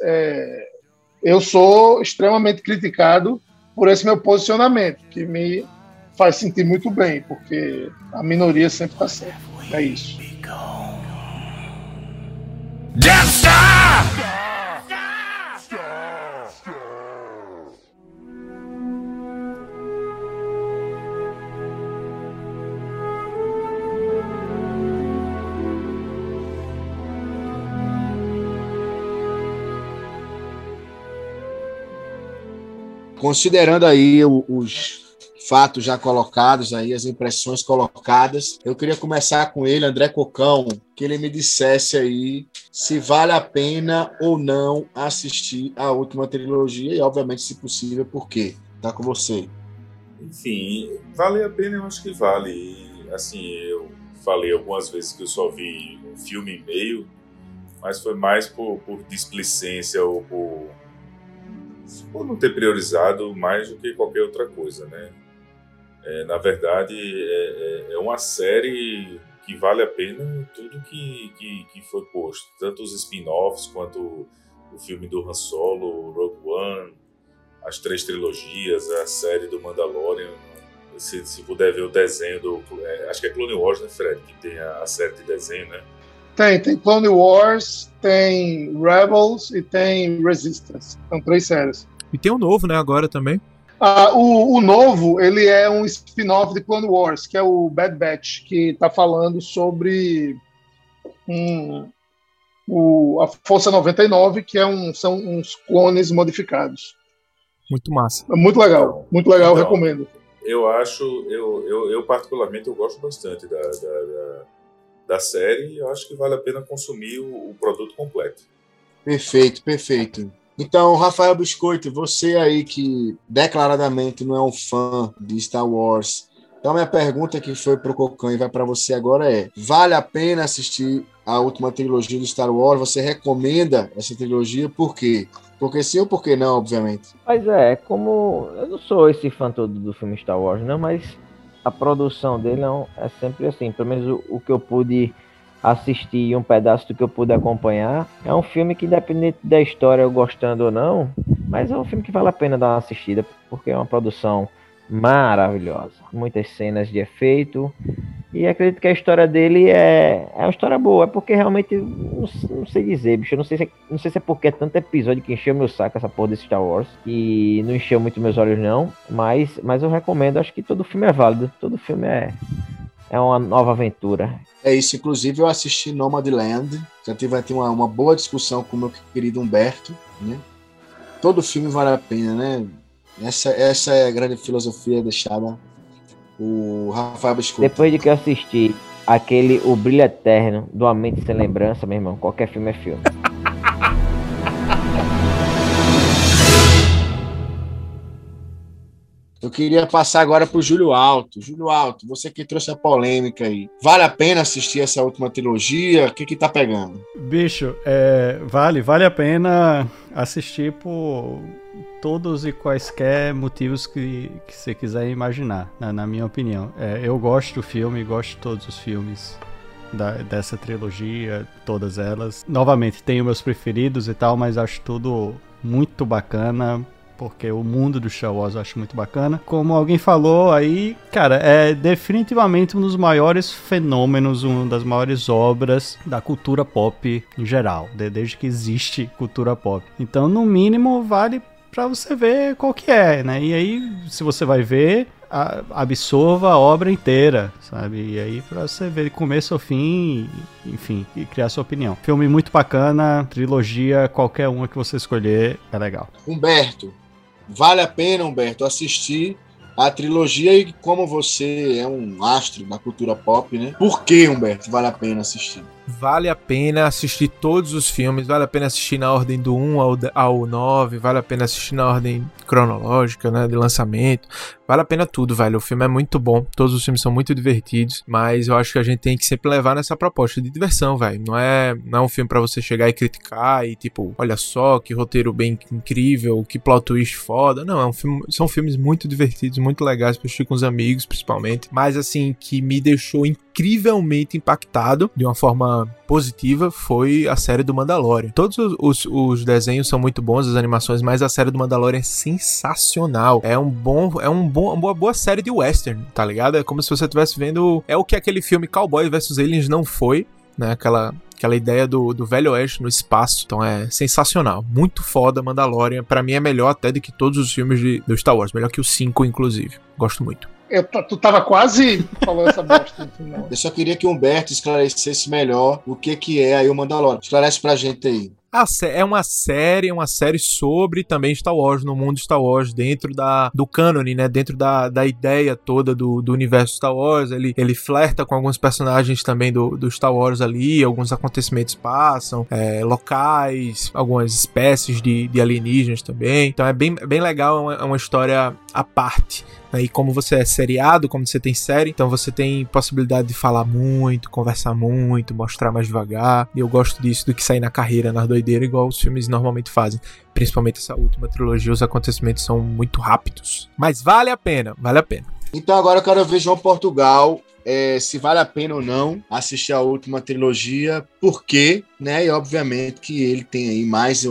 eu sou extremamente criticado por esse meu posicionamento, que me faz sentir muito bem, porque a minoria sempre está certa. É isso. Death Star! Considerando aí os fatos já colocados, aí, as impressões colocadas, eu queria começar com ele, André Cocão, que ele me dissesse aí se vale a pena ou não assistir a última trilogia e, obviamente, se possível, por quê? Tá com você. Enfim, vale a pena, eu acho que vale. E, assim, eu falei algumas vezes que eu só vi um filme e meio, mas foi mais por displicência ou por não ter priorizado mais do que qualquer outra coisa, né? Na verdade, é uma série que vale a pena tudo que foi posto. Tanto os spin-offs, quanto o filme do Han Solo, Rogue One, as 3 trilogias, a série do Mandalorian. Se puder ver o desenho acho que é Clone Wars, né, Fred? Que tem a série de desenho, né? Tem Clone Wars, tem Rebels e tem Resistance. São 3 séries. E tem um novo, né, agora também. O novo, ele é um spin-off de Clone Wars, que é o Bad Batch, que está falando sobre a Força 99, que são uns clones modificados. Muito massa. É muito legal, eu recomendo. Eu acho, eu particularmente, eu gosto bastante da série e eu acho que vale a pena consumir o produto completo. Perfeito. Então, Rafael Biscoito, você aí que declaradamente não é um fã de Star Wars, Então, minha pergunta que foi pro Cocão e vai para você agora é: vale a pena assistir a última trilogia do Star Wars? Você recomenda essa trilogia? Por quê? Porque sim ou por que não, obviamente? Mas como eu não sou esse fã todo do filme Star Wars, não, mas a produção dele é sempre assim, pelo menos o que eu pude assistir, um pedaço do que eu pude acompanhar, é um filme que, independente da história, eu gostando ou não, mas é um filme que vale a pena dar uma assistida, porque é uma produção maravilhosa, muitas cenas de efeito, e acredito que a história dele é uma história boa, é porque realmente não sei dizer, bicho, não sei se é porque é tanto episódio que encheu meu saco essa porra desse Star Wars, e não encheu muito meus olhos não, mas eu recomendo, acho que todo filme é válido, todo filme é uma nova aventura. É isso, inclusive eu assisti Nomadland, já tive aqui uma boa discussão com o meu querido Humberto, né? Todo filme vale a pena, né? Essa é a grande filosofia deixada o Rafael Biscoito. Depois de que eu assisti O Brilho Eterno do A Mente Sem Lembrança, meu irmão, qualquer filme é filme. Eu queria passar agora pro Júlio Alto. Júlio Alto, você que trouxe a polêmica aí. Vale a pena assistir essa última trilogia? O que tá pegando? Bicho, vale a pena assistir por todos e quaisquer motivos que você quiser imaginar, né, na minha opinião. Eu gosto do filme, gosto de todos os filmes dessa trilogia, todas elas. Novamente, tenho meus preferidos e tal, mas acho tudo muito bacana, porque o mundo do Star Wars eu acho muito bacana. Como alguém falou aí, cara, é definitivamente um dos maiores fenômenos, uma das maiores obras da cultura pop em geral, desde que existe cultura pop. Então, no mínimo, vale pra você ver qual que é, né? E aí, se você vai ver, absorva a obra inteira, sabe? E aí, pra você ver de começo ao fim, enfim, e criar sua opinião. Filme muito bacana, trilogia, qualquer uma que você escolher é legal. Humberto, vale a pena, Humberto, assistir a trilogia, e como você é um astro da cultura pop, né? Por que, Humberto, vale a pena assistir? Vale a pena assistir todos os filmes, vale a pena assistir na ordem do 1 ao 9, vale a pena assistir na ordem cronológica, né, de lançamento, vale a pena tudo, velho. O filme é muito bom, todos os filmes são muito divertidos, mas eu acho que a gente tem que sempre levar nessa proposta de diversão, velho. Não é um filme pra você chegar e criticar e tipo, olha só, que roteiro bem incrível, que plot twist foda. Não, são filmes muito divertidos, muito legais pra assistir com os amigos, principalmente, mas assim, que me deixou incrivelmente impactado de uma forma positiva foi a série do Mandalorian. Todos os desenhos são muito bons, as animações, mas a série do Mandalorian é sensacional. É uma boa série de western, tá ligado? É como se você estivesse vendo, é o que aquele filme Cowboy vs Aliens não foi, né? Aquela ideia do Velho Oeste no espaço. Então é sensacional, muito foda. Mandalorian, pra mim é melhor até do que todos os filmes do Star Wars, melhor que o 5 inclusive, gosto muito. Tu tava quase falando essa bosta no final. Eu só queria que o Humberto esclarecesse melhor o que é aí o Mandalorian. Esclarece pra gente aí. É uma série sobre também Star Wars, no mundo Star Wars, dentro do cânone, né? Dentro da ideia toda do universo Star Wars. Ele flerta com alguns personagens também do Star Wars ali, alguns acontecimentos passam, locais, algumas espécies de alienígenas também. Então é bem legal, é uma história à parte. E como você é seriado, como você tem série, então você tem possibilidade de falar muito, conversar muito, mostrar mais devagar. E eu gosto disso do que sair na carreira, nas doideiras, igual os filmes normalmente fazem. Principalmente essa última trilogia, os acontecimentos são muito rápidos. Mas vale a pena, vale a pena. Então agora eu quero ver João Portugal, se vale a pena ou não assistir a última trilogia, por quê, né? E obviamente que ele tem aí mais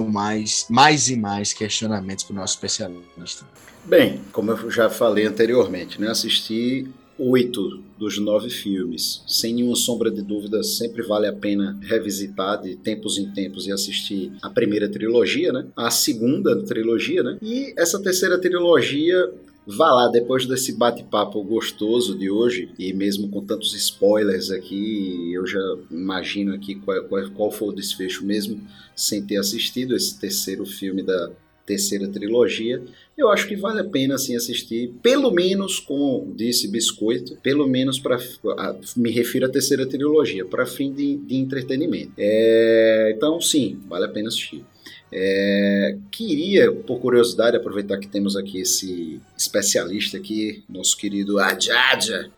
e mais questionamentos para o nosso especialista. Bem, como eu já falei anteriormente, né, assisti 8 dos 9 filmes. Sem nenhuma sombra de dúvida, sempre vale a pena revisitar de tempos em tempos e assistir a primeira trilogia, né? A segunda trilogia, né? E essa terceira trilogia, vá lá, depois desse bate-papo gostoso de hoje, e mesmo com tantos spoilers aqui, eu já imagino aqui qual foi o desfecho mesmo, sem ter assistido esse terceiro filme da terceira trilogia. Eu acho que vale a pena assim, assistir, pelo menos, como disse Biscoito, pelo menos me refiro à terceira trilogia, para fim de entretenimento. Então, sim, vale a pena assistir. Queria, por curiosidade, aproveitar que temos aqui esse especialista aqui, nosso querido Adjaja.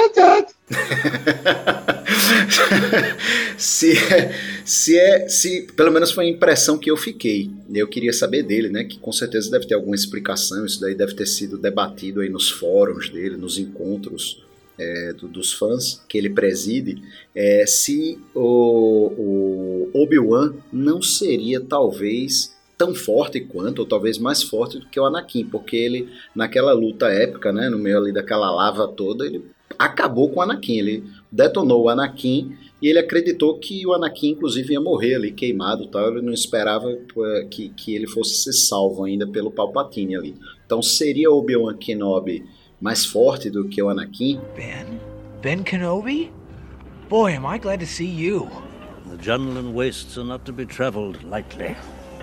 se pelo menos foi a impressão que eu fiquei. Eu queria saber dele, né? Que com certeza deve ter alguma explicação. Isso daí deve ter sido debatido aí nos fóruns dele, nos encontros dos fãs que ele preside. Se o Obi-Wan não seria talvez tão forte quanto, ou talvez mais forte do que o Anakin, porque ele, naquela luta épica, né, no meio ali daquela lava toda, ele acabou com o Anakin, ele detonou o Anakin e ele acreditou que o Anakin inclusive ia morrer ali queimado, tal. Ele não esperava que ele fosse ser salvo ainda pelo Palpatine ali. Então seria o Obi-Wan Kenobi mais forte do que o Anakin? Ben Kenobi? Boy, am I glad to see you. The Jundland wastes are not to be traveled lightly.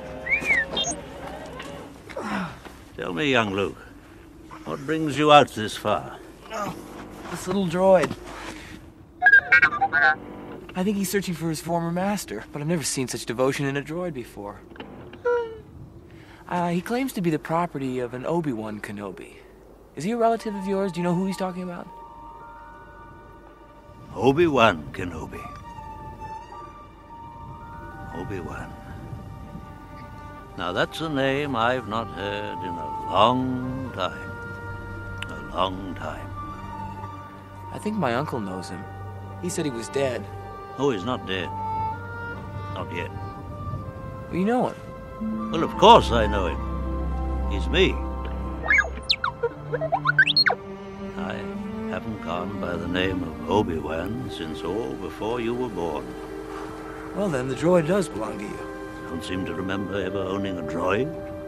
Tell me, young Luke, what brings you out this far? Oh, this little droid. I think he's searching for his former master, but I've never seen such devotion in a droid before. He claims to be the property of an Obi-Wan Kenobi. Is he a relative of yours? Do you know who he's talking about? Obi-Wan Kenobi. Obi-Wan. Now that's a name I've not heard in a long time. A long time. I think my uncle knows him. He said he was dead. Oh, he's not dead. Not yet. Well, you know him. Well, of course I know him. He's me. I haven't gone by the name of Obi-Wan since before you were born. Well then, the droid does belong to you. Don't seem to remember ever owning a droid.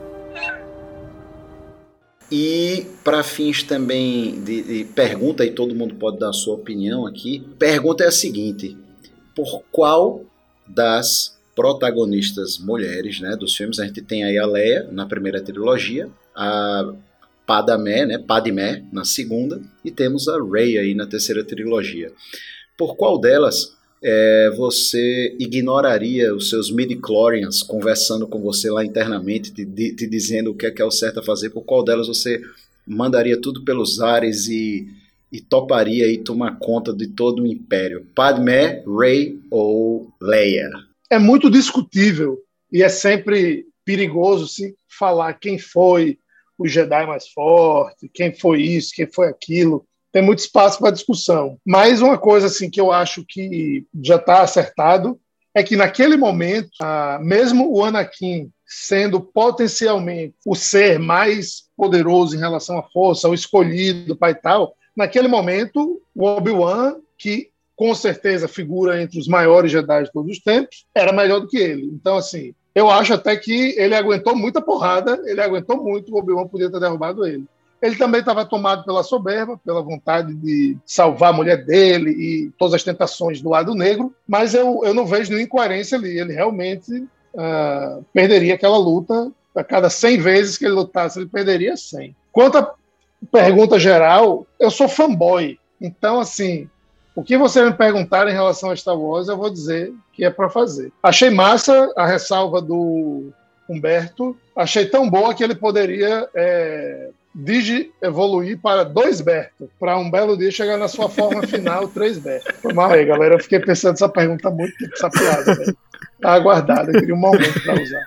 E para fins também de pergunta, e todo mundo pode dar a sua opinião aqui, pergunta é a seguinte: por qual das protagonistas mulheres, né, dos filmes, a gente tem aí a Leia na primeira trilogia, a Padmé, né, Padmé na segunda, e temos a Rey aí na terceira trilogia. Por qual delas você ignoraria os seus midi-chlorians conversando com você lá internamente, te dizendo o que é o certo a fazer? Por qual delas você mandaria tudo pelos ares e toparia aí tomar conta de todo o Império? Padmé, Rey ou Leia? É muito discutível e é sempre perigoso se falar quem foi o Jedi mais forte, quem foi isso, quem foi aquilo. Tem muito espaço para discussão. Mas uma coisa assim, que eu acho que já está acertado é que naquele momento, mesmo o Anakin sendo potencialmente o ser mais poderoso em relação à força, o escolhido, pai e tal, naquele momento o Obi-Wan, que com certeza figura entre os maiores Jedi de todos os tempos, era melhor do que ele. Então, assim, eu acho até que ele aguentou muita porrada, ele aguentou muito, o Obi-Wan podia ter derrubado ele. Ele também estava tomado pela soberba, pela vontade de salvar a mulher dele e todas as tentações do lado negro, mas eu não vejo nenhuma incoerência ali. Ele realmente perderia aquela luta. A cada 100 vezes que ele lutasse, ele perderia 100. Quanto à pergunta geral, eu sou fanboy. Então, assim, o que você me perguntar em relação a Star Wars, eu vou dizer que é para fazer. Achei massa a ressalva do Humberto. Achei tão boa que ele poderia evoluir para 2 Berto, para um belo dia chegar na sua forma final 3 Berto. Foi mal aí, galera. Eu fiquei pensando nessa pergunta muito tempo, essa piada, velho. Tá aguardada, eu queria um momento para usar.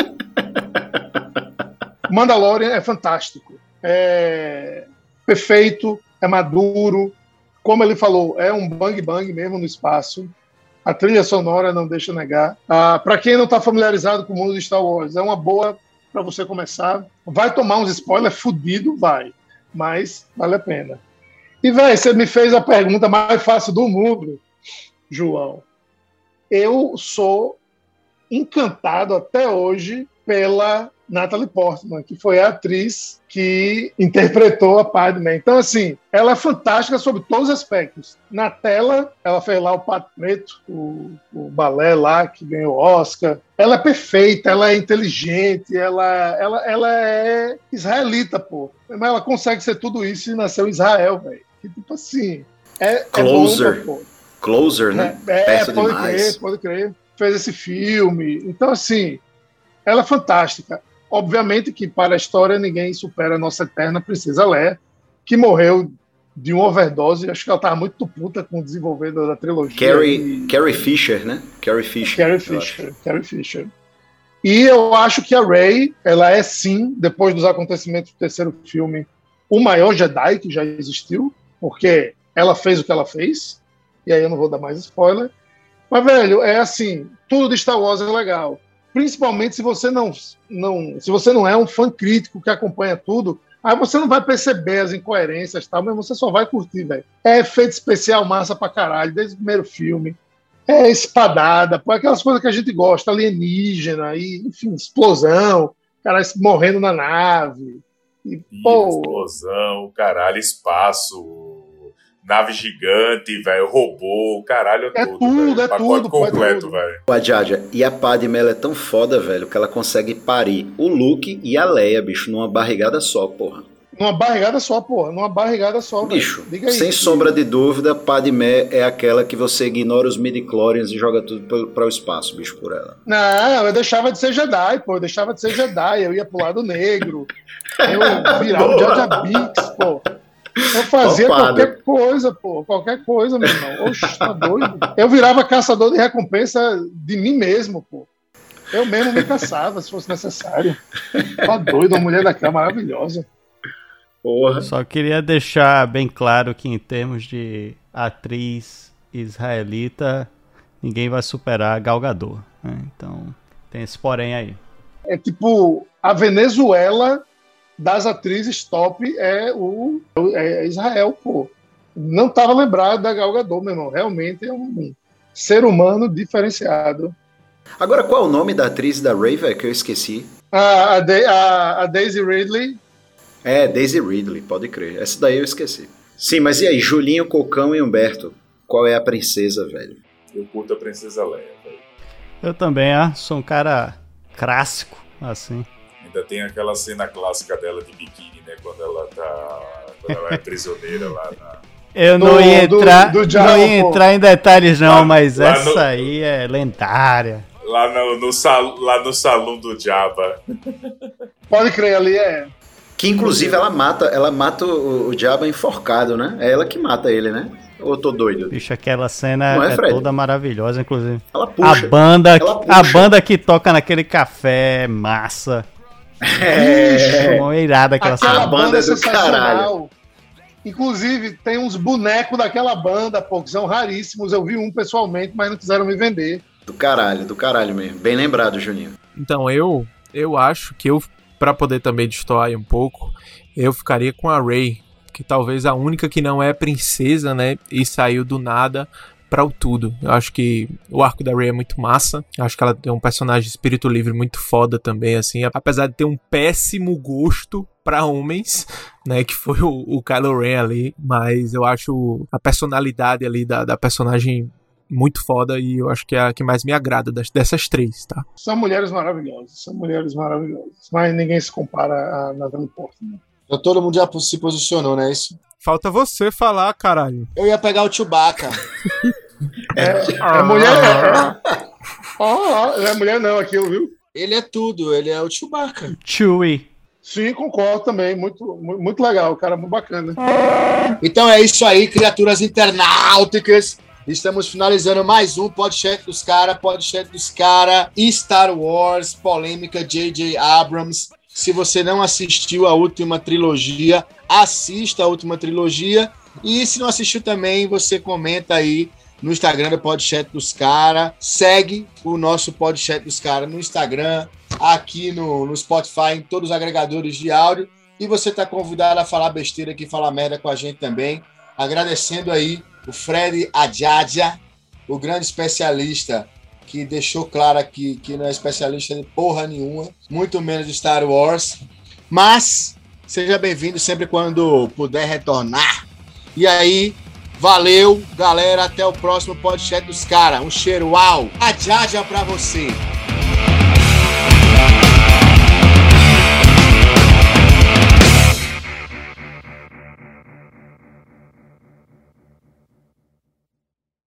Mandalorian é fantástico. É perfeito, é maduro. Como ele falou, é um bang-bang mesmo no espaço. A trilha sonora não deixa negar. Para quem não está familiarizado com o mundo de Star Wars, é uma boa para você começar. Vai tomar uns spoilers fudido, vai. Mas vale a pena. E, velho, você me fez a pergunta mais fácil do mundo, João. Eu sou encantado até hoje pela Natalie Portman, que foi a atriz que interpretou a Padmé. Então, assim, ela é fantástica sobre todos os aspectos. Na tela, ela fez lá o Pato Preto, o balé lá, que ganhou o Oscar. Ela é perfeita, ela é inteligente, ela é israelita, pô. Mas ela consegue ser tudo isso e nasceu em Israel, velho. Tipo assim, Closer. É bomba, pô. Closer, né? Perto demais. Pode crer. Fez esse filme. Então, assim, Ela é fantástica. Obviamente que para a história ninguém supera a nossa eterna Princesa Leia, que morreu de uma overdose. Acho que ela estava muito puta com o desenvolvimento da trilogia. Carrie Fisher, né? Carrie Fisher. E eu acho que a Rey, ela é sim, depois dos acontecimentos do terceiro filme, o maior Jedi que já existiu, porque ela fez o que ela fez, e aí eu não vou dar mais spoiler. Mas, velho, é assim, tudo de Star Wars é legal. Principalmente se você se você não é um fã crítico que acompanha tudo, aí você não vai perceber as incoerências e tal, mas você só vai curtir, velho. É efeito especial massa pra caralho, desde o primeiro filme. É espadada, pô, aquelas coisas que a gente gosta, alienígena, e, enfim, explosão, cara morrendo na nave. E, pô, explosão, caralho, espaço, nave gigante, velho, robô, caralho, tudo, velho. Pacote completo, tudo. velho. A Jar Jar e a Padmé, ela é tão foda, velho, que ela consegue parir o Luke e a Leia, bicho, numa barrigada só, porra. Numa barrigada só, Bicho, Diga aí, sem sombra de dúvida, Padmé é aquela que você ignora os midi-chlorians e joga tudo para o espaço, bicho, por ela. Não, eu deixava de ser Jedi, pô. Eu ia pro lado negro. Eu virava o Jar Jar Binks, pô. Eu fazia qualquer coisa, meu irmão. Oxe, tá doido? Eu virava caçador de recompensa de mim mesmo, pô. Eu mesmo me caçava, se fosse necessário. Tá doido, uma mulher daquela maravilhosa. Porra. Só queria deixar bem claro que em termos de atriz israelita, ninguém vai superar a Gal Gadot, né? Então, tem esse porém aí. É tipo, a Venezuela das atrizes top é Israel, pô. Não tava lembrado da Gal Gadot, meu irmão. Realmente é um ser humano diferenciado. Agora, qual é o nome da atriz da Rey, velho, que eu esqueci? A Daisy Ridley. É, Daisy Ridley, pode crer. Essa daí eu esqueci. Sim, mas e aí, Julinho, Cocão e Humberto? Qual é a princesa, velho? Eu curto a Princesa Leia, velho. Eu também, sou um cara clássico, assim. Ainda tem aquela cena clássica dela de biquíni, né? Quando ela é prisioneira lá na... Eu não ia entrar em detalhes não, mas essa aí é lendária. Lá no salão do Jabba. Pode crer, ali é... Que inclusive ela mata o Jabba enforcado, né? É ela que mata ele, né? Ou eu tô doido? Bicho, aquela cena é toda maravilhosa, inclusive. Ela puxa. A banda que toca naquele café massa. Uma irada aquela cena. A banda é do caralho. Inclusive, tem uns bonecos daquela banda, pô, que são raríssimos. Eu vi um pessoalmente, mas não quiseram me vender. Do caralho mesmo. Bem lembrado, Juninho. Então, eu acho que pra poder também destoar um pouco, eu ficaria com a Rey, que talvez a única que não é princesa, né, e saiu do nada pra o tudo. Eu acho que o arco da Rey é muito massa, eu acho que ela tem um personagem de espírito livre muito foda também, assim, apesar de ter um péssimo gosto pra homens, né, que foi o Kylo Ren ali, mas eu acho a personalidade ali da personagem muito foda e eu acho que é a que mais me agrada dessas três, tá? São mulheres maravilhosas, mas ninguém se compara a Natalie Portman. Todo mundo já se posicionou, não é isso? Falta você falar, caralho. Eu ia pegar o Chewbacca. É mulher. Não é mulher não, aquilo, viu? Ele é tudo, ele é o Chewbacca. Chewie. Sim, concordo também. Muito legal, cara, muito bacana. Então é isso aí, criaturas internauticas. Estamos finalizando mais um podcast dos cara, Star Wars, polêmica J.J. Abrams. Se você não assistiu a última trilogia, assista a última trilogia. E se não assistiu também, você comenta aí no Instagram do Podcast dos Cara. Segue o nosso Podcast dos Cara no Instagram, aqui no Spotify, em todos os agregadores de áudio. E você está convidado a falar besteira aqui, falar merda com a gente também. Agradecendo aí o Fred Adjaja, o grande especialista que deixou claro aqui que não é especialista de porra nenhuma, muito menos de Star Wars. Mas seja bem-vindo sempre quando puder retornar. E aí, valeu, galera. Até o próximo podcast dos caras. Um cheiro, uau! Adjaja pra você!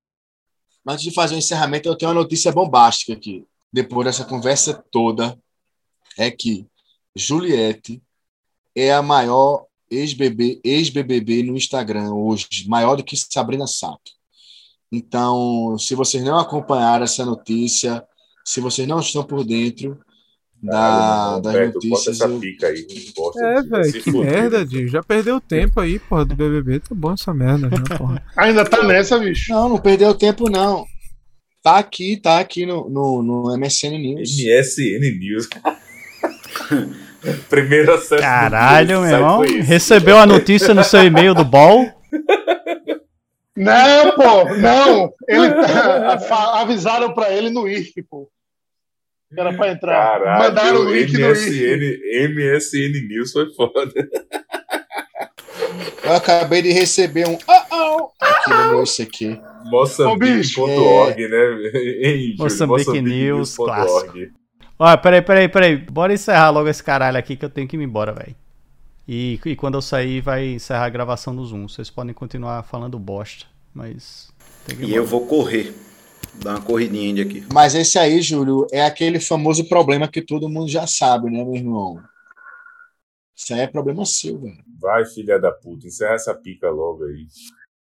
Antes de fazer o encerramento, eu tenho uma notícia bombástica aqui. Depois dessa conversa toda, é que Juliette é a maior ex-BBB no Instagram hoje, maior do que Sabrina Sato. Então, se vocês não acompanharam essa notícia, se vocês não estão por dentro das notícias... Bota essa pica aí. Velho, que merda, Dinho. Já perdeu tempo aí, porra, do BBB. Tá bom essa merda, né, porra. Ainda tá nessa, bicho. Não perdeu tempo, não. Tá aqui no MSN News. MSN News. Primeiro acesso. Caralho, meu irmão. Recebeu a notícia no seu e-mail do BOL? Não, pô, não. Avisaram pra ele no IRC, pô. Era pra entrar. Caralho, mandaram o link do IRC. MSN News foi foda. Eu acabei de receber um aqui no meu ICQ. Moçambique.org, né? Moçambique News, clássico. Olha, peraí. Bora encerrar logo esse caralho aqui que eu tenho que ir embora, velho. E quando eu sair, vai encerrar a gravação do Zoom. Vocês podem continuar falando bosta, mas... E eu vou correr. Dar uma corridinha aqui. Mas esse aí, Júlio, é aquele famoso problema que todo mundo já sabe, né, meu irmão? Isso aí é problema seu, velho. Vai, filha da puta. Encerra essa pica logo aí.